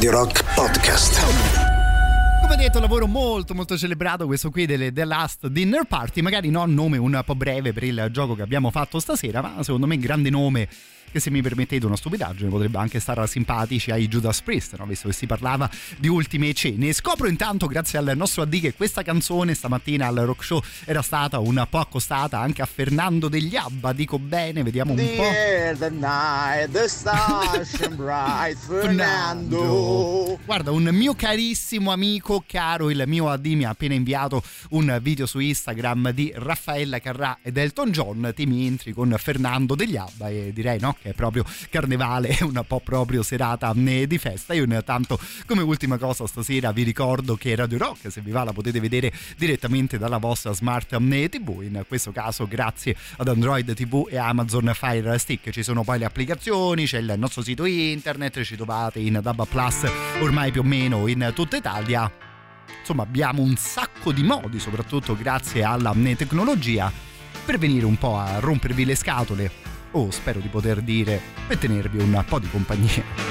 Radio Rock Podcast. Come detto, lavoro molto molto celebrato questo qui delle The Last Dinner Party, magari no, nome un po' breve per il gioco che abbiamo fatto stasera, ma secondo me grande nome, che se mi permettete una stupidaggine potrebbe anche stare simpatici ai Judas Priest, no? Visto che si parlava di ultime cene. Scopro intanto, grazie al nostro A D, che questa canzone stamattina al Rock Show era stata un po' accostata anche a Fernando degli Abba. Dico bene, vediamo un the po'. Air, the night, the stars shine bright, Fernando. Guarda, un mio carissimo amico, caro il mio A D, mi ha appena inviato un video su Instagram di Raffaella Carrà ed Elton John. Ti mi entri con Fernando degli Abba e direi no, che è proprio carnevale, è un po' proprio serata di festa. Io intanto, come ultima cosa stasera, vi ricordo che Radio Rock, se vi va, la potete vedere direttamente dalla vostra Smart tivù, in questo caso grazie ad Android tivù e Amazon Fire Stick. Ci sono poi le applicazioni, c'è il nostro sito internet, ci trovate in D A B Plus ormai più o meno in tutta Italia. Insomma, abbiamo un sacco di modi, soprattutto grazie alla tecnologia, per venire un po' a rompervi le scatole, o spero di poter dire, per tenervi un po' di compagnia.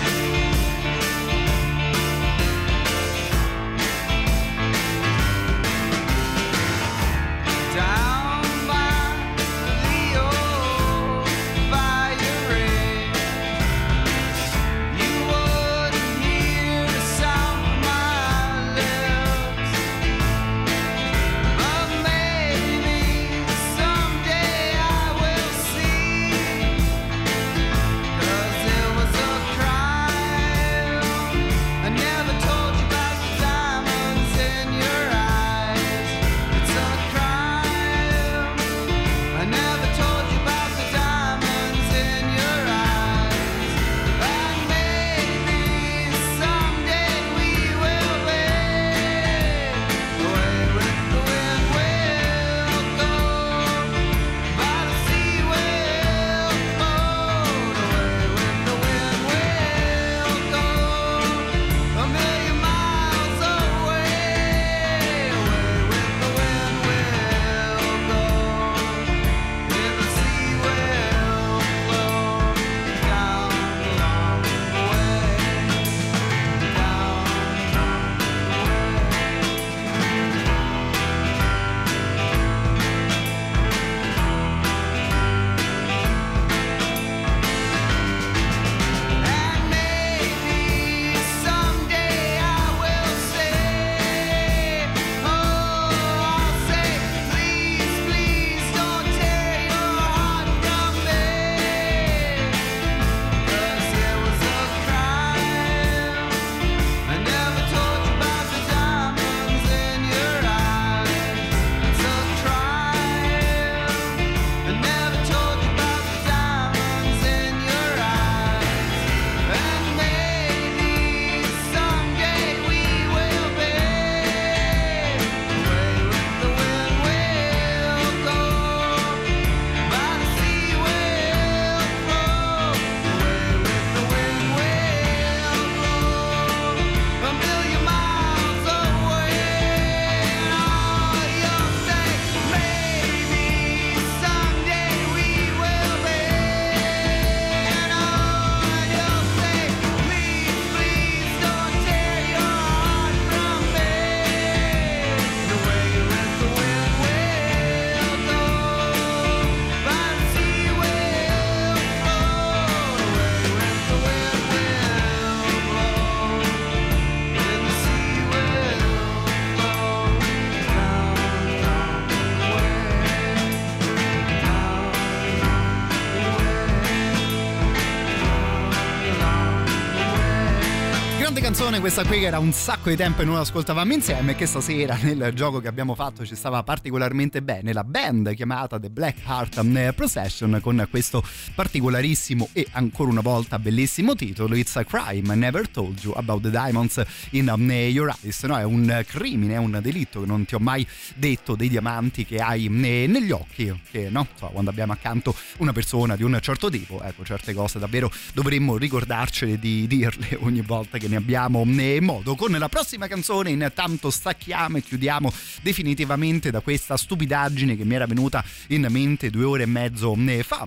Questa qui che era un sacco di tempo e non l'ascoltavamo insieme, e che stasera nel gioco che abbiamo fatto ci stava particolarmente bene, la band chiamata The Black Heart Procession, con questo particolarissimo e ancora una volta bellissimo titolo, It's a Crime, Never Told You About the Diamonds in Your Eyes. No, è un crimine, è un delitto che non ti ho mai detto dei diamanti che hai negli occhi, che no, so, quando abbiamo accanto una persona di un certo tipo, ecco, certe cose davvero dovremmo ricordarcele di dirle ogni volta che ne abbiamo modo. Con la prossima canzone intanto stacchiamo e chiudiamo definitivamente da questa stupidaggine che mi era venuta in mente due ore e mezzo fa.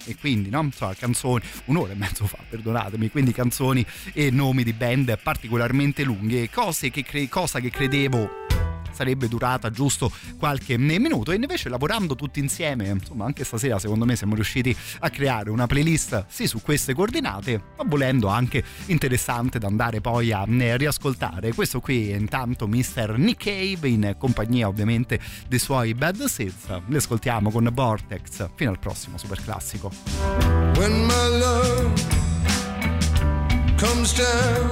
e quindi no, insomma, canzoni, un'ora e mezzo fa, perdonatemi, quindi canzoni e nomi di band particolarmente lunghe, cose che cre- cosa che credevo sarebbe durata giusto qualche minuto, e invece lavorando tutti insieme, insomma anche stasera secondo me siamo riusciti a creare una playlist sì su queste coordinate, ma volendo anche interessante da andare poi a riascoltare. Questo qui è intanto mister Nick Cave in compagnia ovviamente dei suoi Bad Seeds, li ascoltiamo con Vortex fino al prossimo super classico. When my love comes down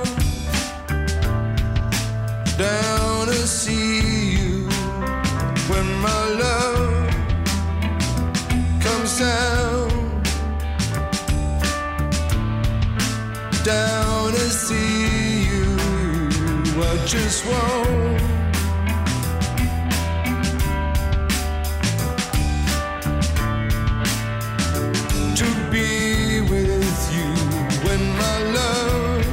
down to see you, when my love comes down down to see you, I just want to be with you. When my love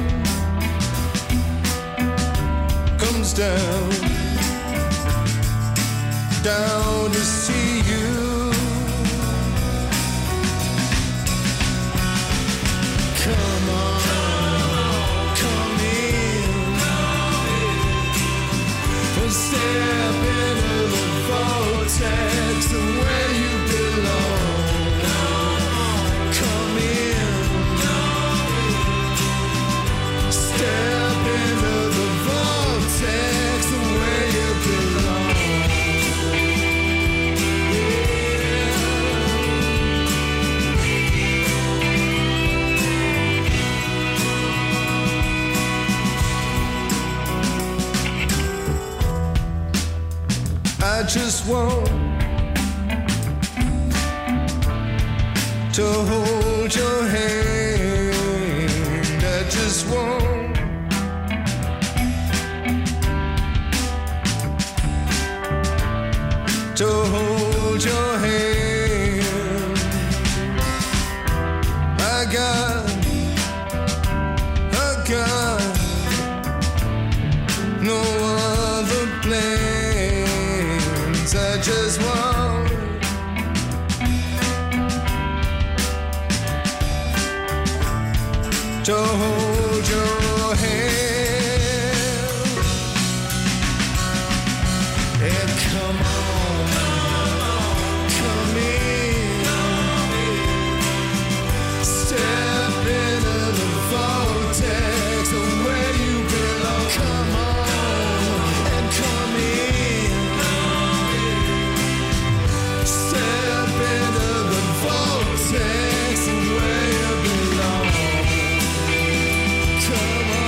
comes down down to see you, come on, come in, step into the vortex where you belong, come in, step into the vortex where you belong. I just want to hold your hand. I just want to hold your hand. I got, I got no other plans. I just want to hold your hand and come on, come in, step into the vortex where you belong. Come on and come in, step into the vortex where you belong. Come on.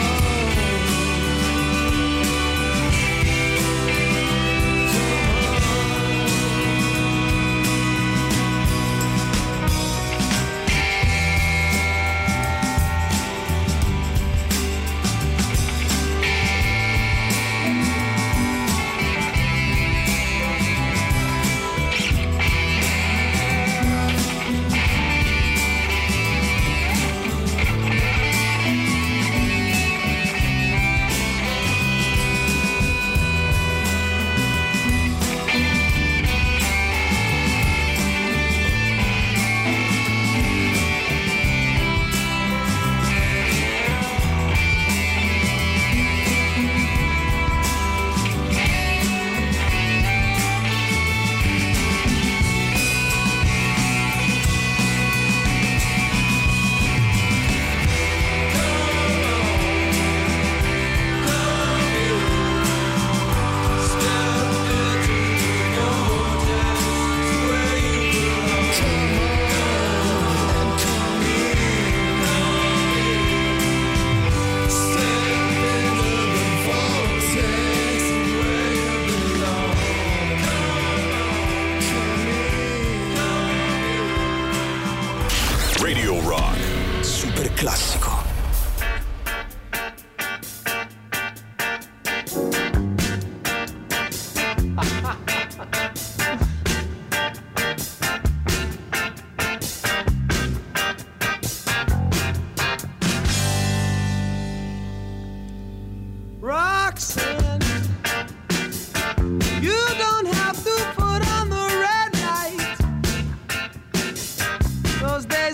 Radio Rock. Super classico. Roxanne, you don't have to put on the red light, 'cause there's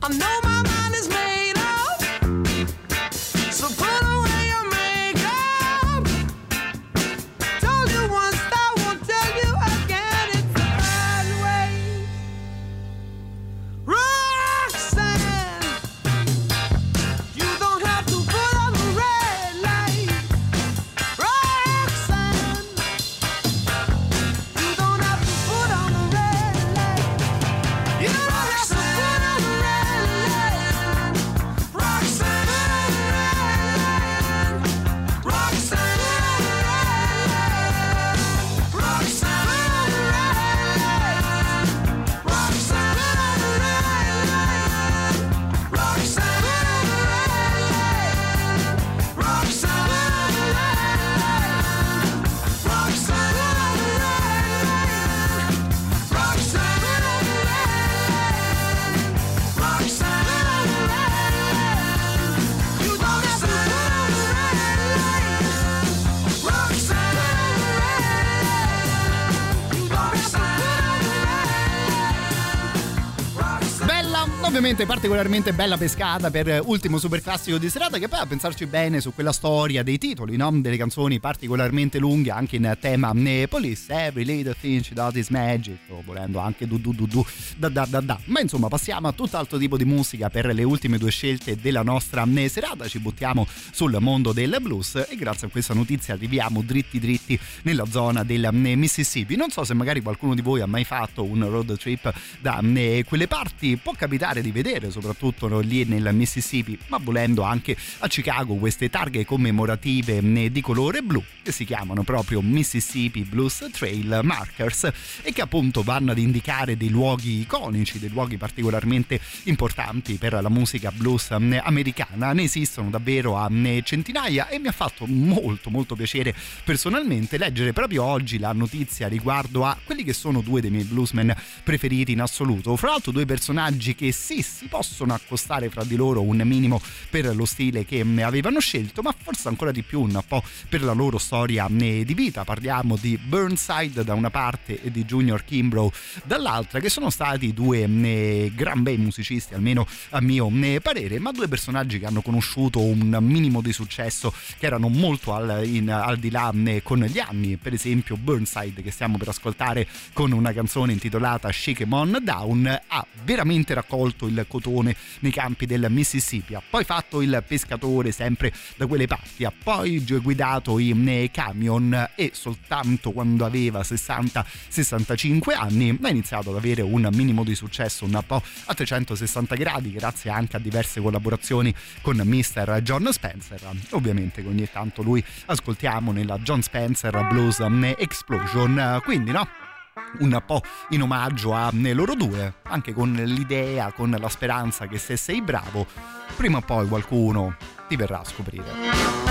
I know my mind is made up, so put away your makeup. Told you once, I won't tell you again, it's the bad way. Roxanne, you don't have to put on the red light. Roxanne, you don't have to put on the red light. You don't have to put on the red light. Roxanne, Roxanne, ovviamente particolarmente bella pescata per ultimo super classico di serata, che poi a pensarci bene su quella storia dei titoli, no? Delle canzoni particolarmente lunghe anche in tema Police, Every Little Thing She Does Is Magic, o volendo anche du du du du da da da da. Ma insomma passiamo a tutt'altro tipo di musica per le ultime due scelte della nostra serata. Ci buttiamo sul mondo del blues e grazie a questa notizia arriviamo dritti dritti nella zona del Mississippi. Non so se magari qualcuno di voi ha mai fatto un road trip da quelle parti, può capitare di vedere soprattutto lì nel Mississippi, ma volendo anche a Chicago, queste targhe commemorative di colore blu che si chiamano proprio Mississippi Blues Trail Markers e che appunto vanno ad indicare dei luoghi iconici, dei luoghi particolarmente importanti per la musica blues americana. Ne esistono davvero a centinaia e mi ha fatto molto molto piacere personalmente leggere proprio oggi la notizia riguardo a quelli che sono due dei miei bluesmen preferiti in assoluto, fra l'altro due personaggi che sì, si possono accostare fra di loro un minimo per lo stile che avevano scelto, ma forse ancora di più un po' per la loro storia di vita. Parliamo di Burnside da una parte e di Junior Kimbrough dall'altra, che sono stati due gran bei musicisti, almeno a mio parere, ma due personaggi che hanno conosciuto un minimo di successo, che erano molto al, in, al di là con gli anni. Per esempio Burnside, che stiamo per ascoltare con una canzone intitolata Shake 'Em On Down, ha veramente raccolto il cotone nei campi del Mississippi, ha poi fatto il pescatore sempre da quelle parti, ha poi guidato i camion e soltanto quando aveva sessanta sessantacinque anni ha iniziato ad avere un minimo di successo un po' a trecentosessanta gradi, grazie anche a diverse collaborazioni con mister John Spencer, ovviamente che ogni tanto lui ascoltiamo nella John Spencer Blues Explosion, quindi no, un po' in omaggio a loro due, anche con l'idea, con la speranza che se sei bravo prima o poi qualcuno ti verrà a scoprire.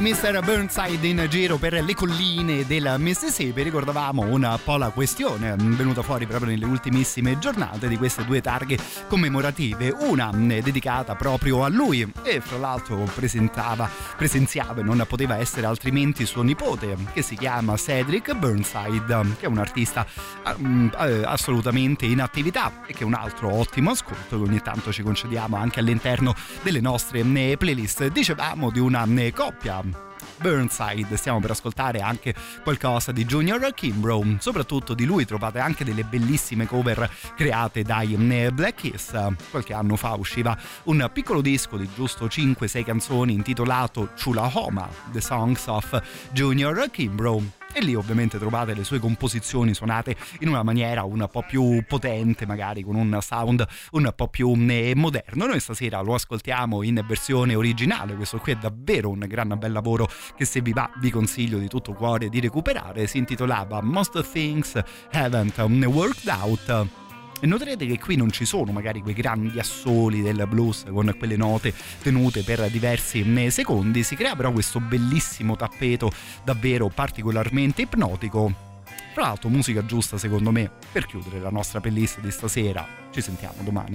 mister Burnside in giro per le colline del Mississippi. Ricordavamo un po' la questione venuta fuori proprio nelle ultimissime giornate di queste due targhe commemorative, una dedicata proprio a lui e fra l'altro presentava, presenziava e non poteva essere altrimenti suo nipote, che si chiama Cedric Burnside, che è un artista assolutamente in attività e che è un altro ottimo ascolto che ogni tanto ci concediamo anche all'interno delle nostre playlist. Dicevamo di una coppia, Burnside, stiamo per ascoltare anche qualcosa di Junior Kimbrough, soprattutto di lui trovate anche delle bellissime cover create dai Black Keys. Qualche anno fa usciva un piccolo disco di giusto cinque sei canzoni intitolato Chulahoma, The Songs of Junior Kimbrough, e lì ovviamente trovate le sue composizioni suonate in una maniera un po' più potente, magari con un sound un po' più moderno. Noi stasera lo ascoltiamo in versione originale, questo qui è davvero un gran bel lavoro che se vi va vi consiglio di tutto cuore di recuperare. Si intitolava Most Things Haven't Worked Out. E noterete che qui non ci sono magari quei grandi assoli del blues con quelle note tenute per diversi secondi, si crea però questo bellissimo tappeto davvero particolarmente ipnotico. Tra l'altro musica giusta secondo me per chiudere la nostra playlist di stasera. Ci sentiamo domani.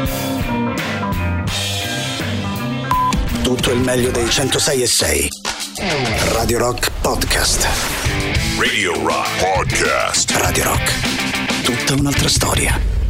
Tutto il meglio dei centosei e sei. Radio Rock Podcast. Radio Rock Podcast. Radio Rock. Tutta un'altra storia.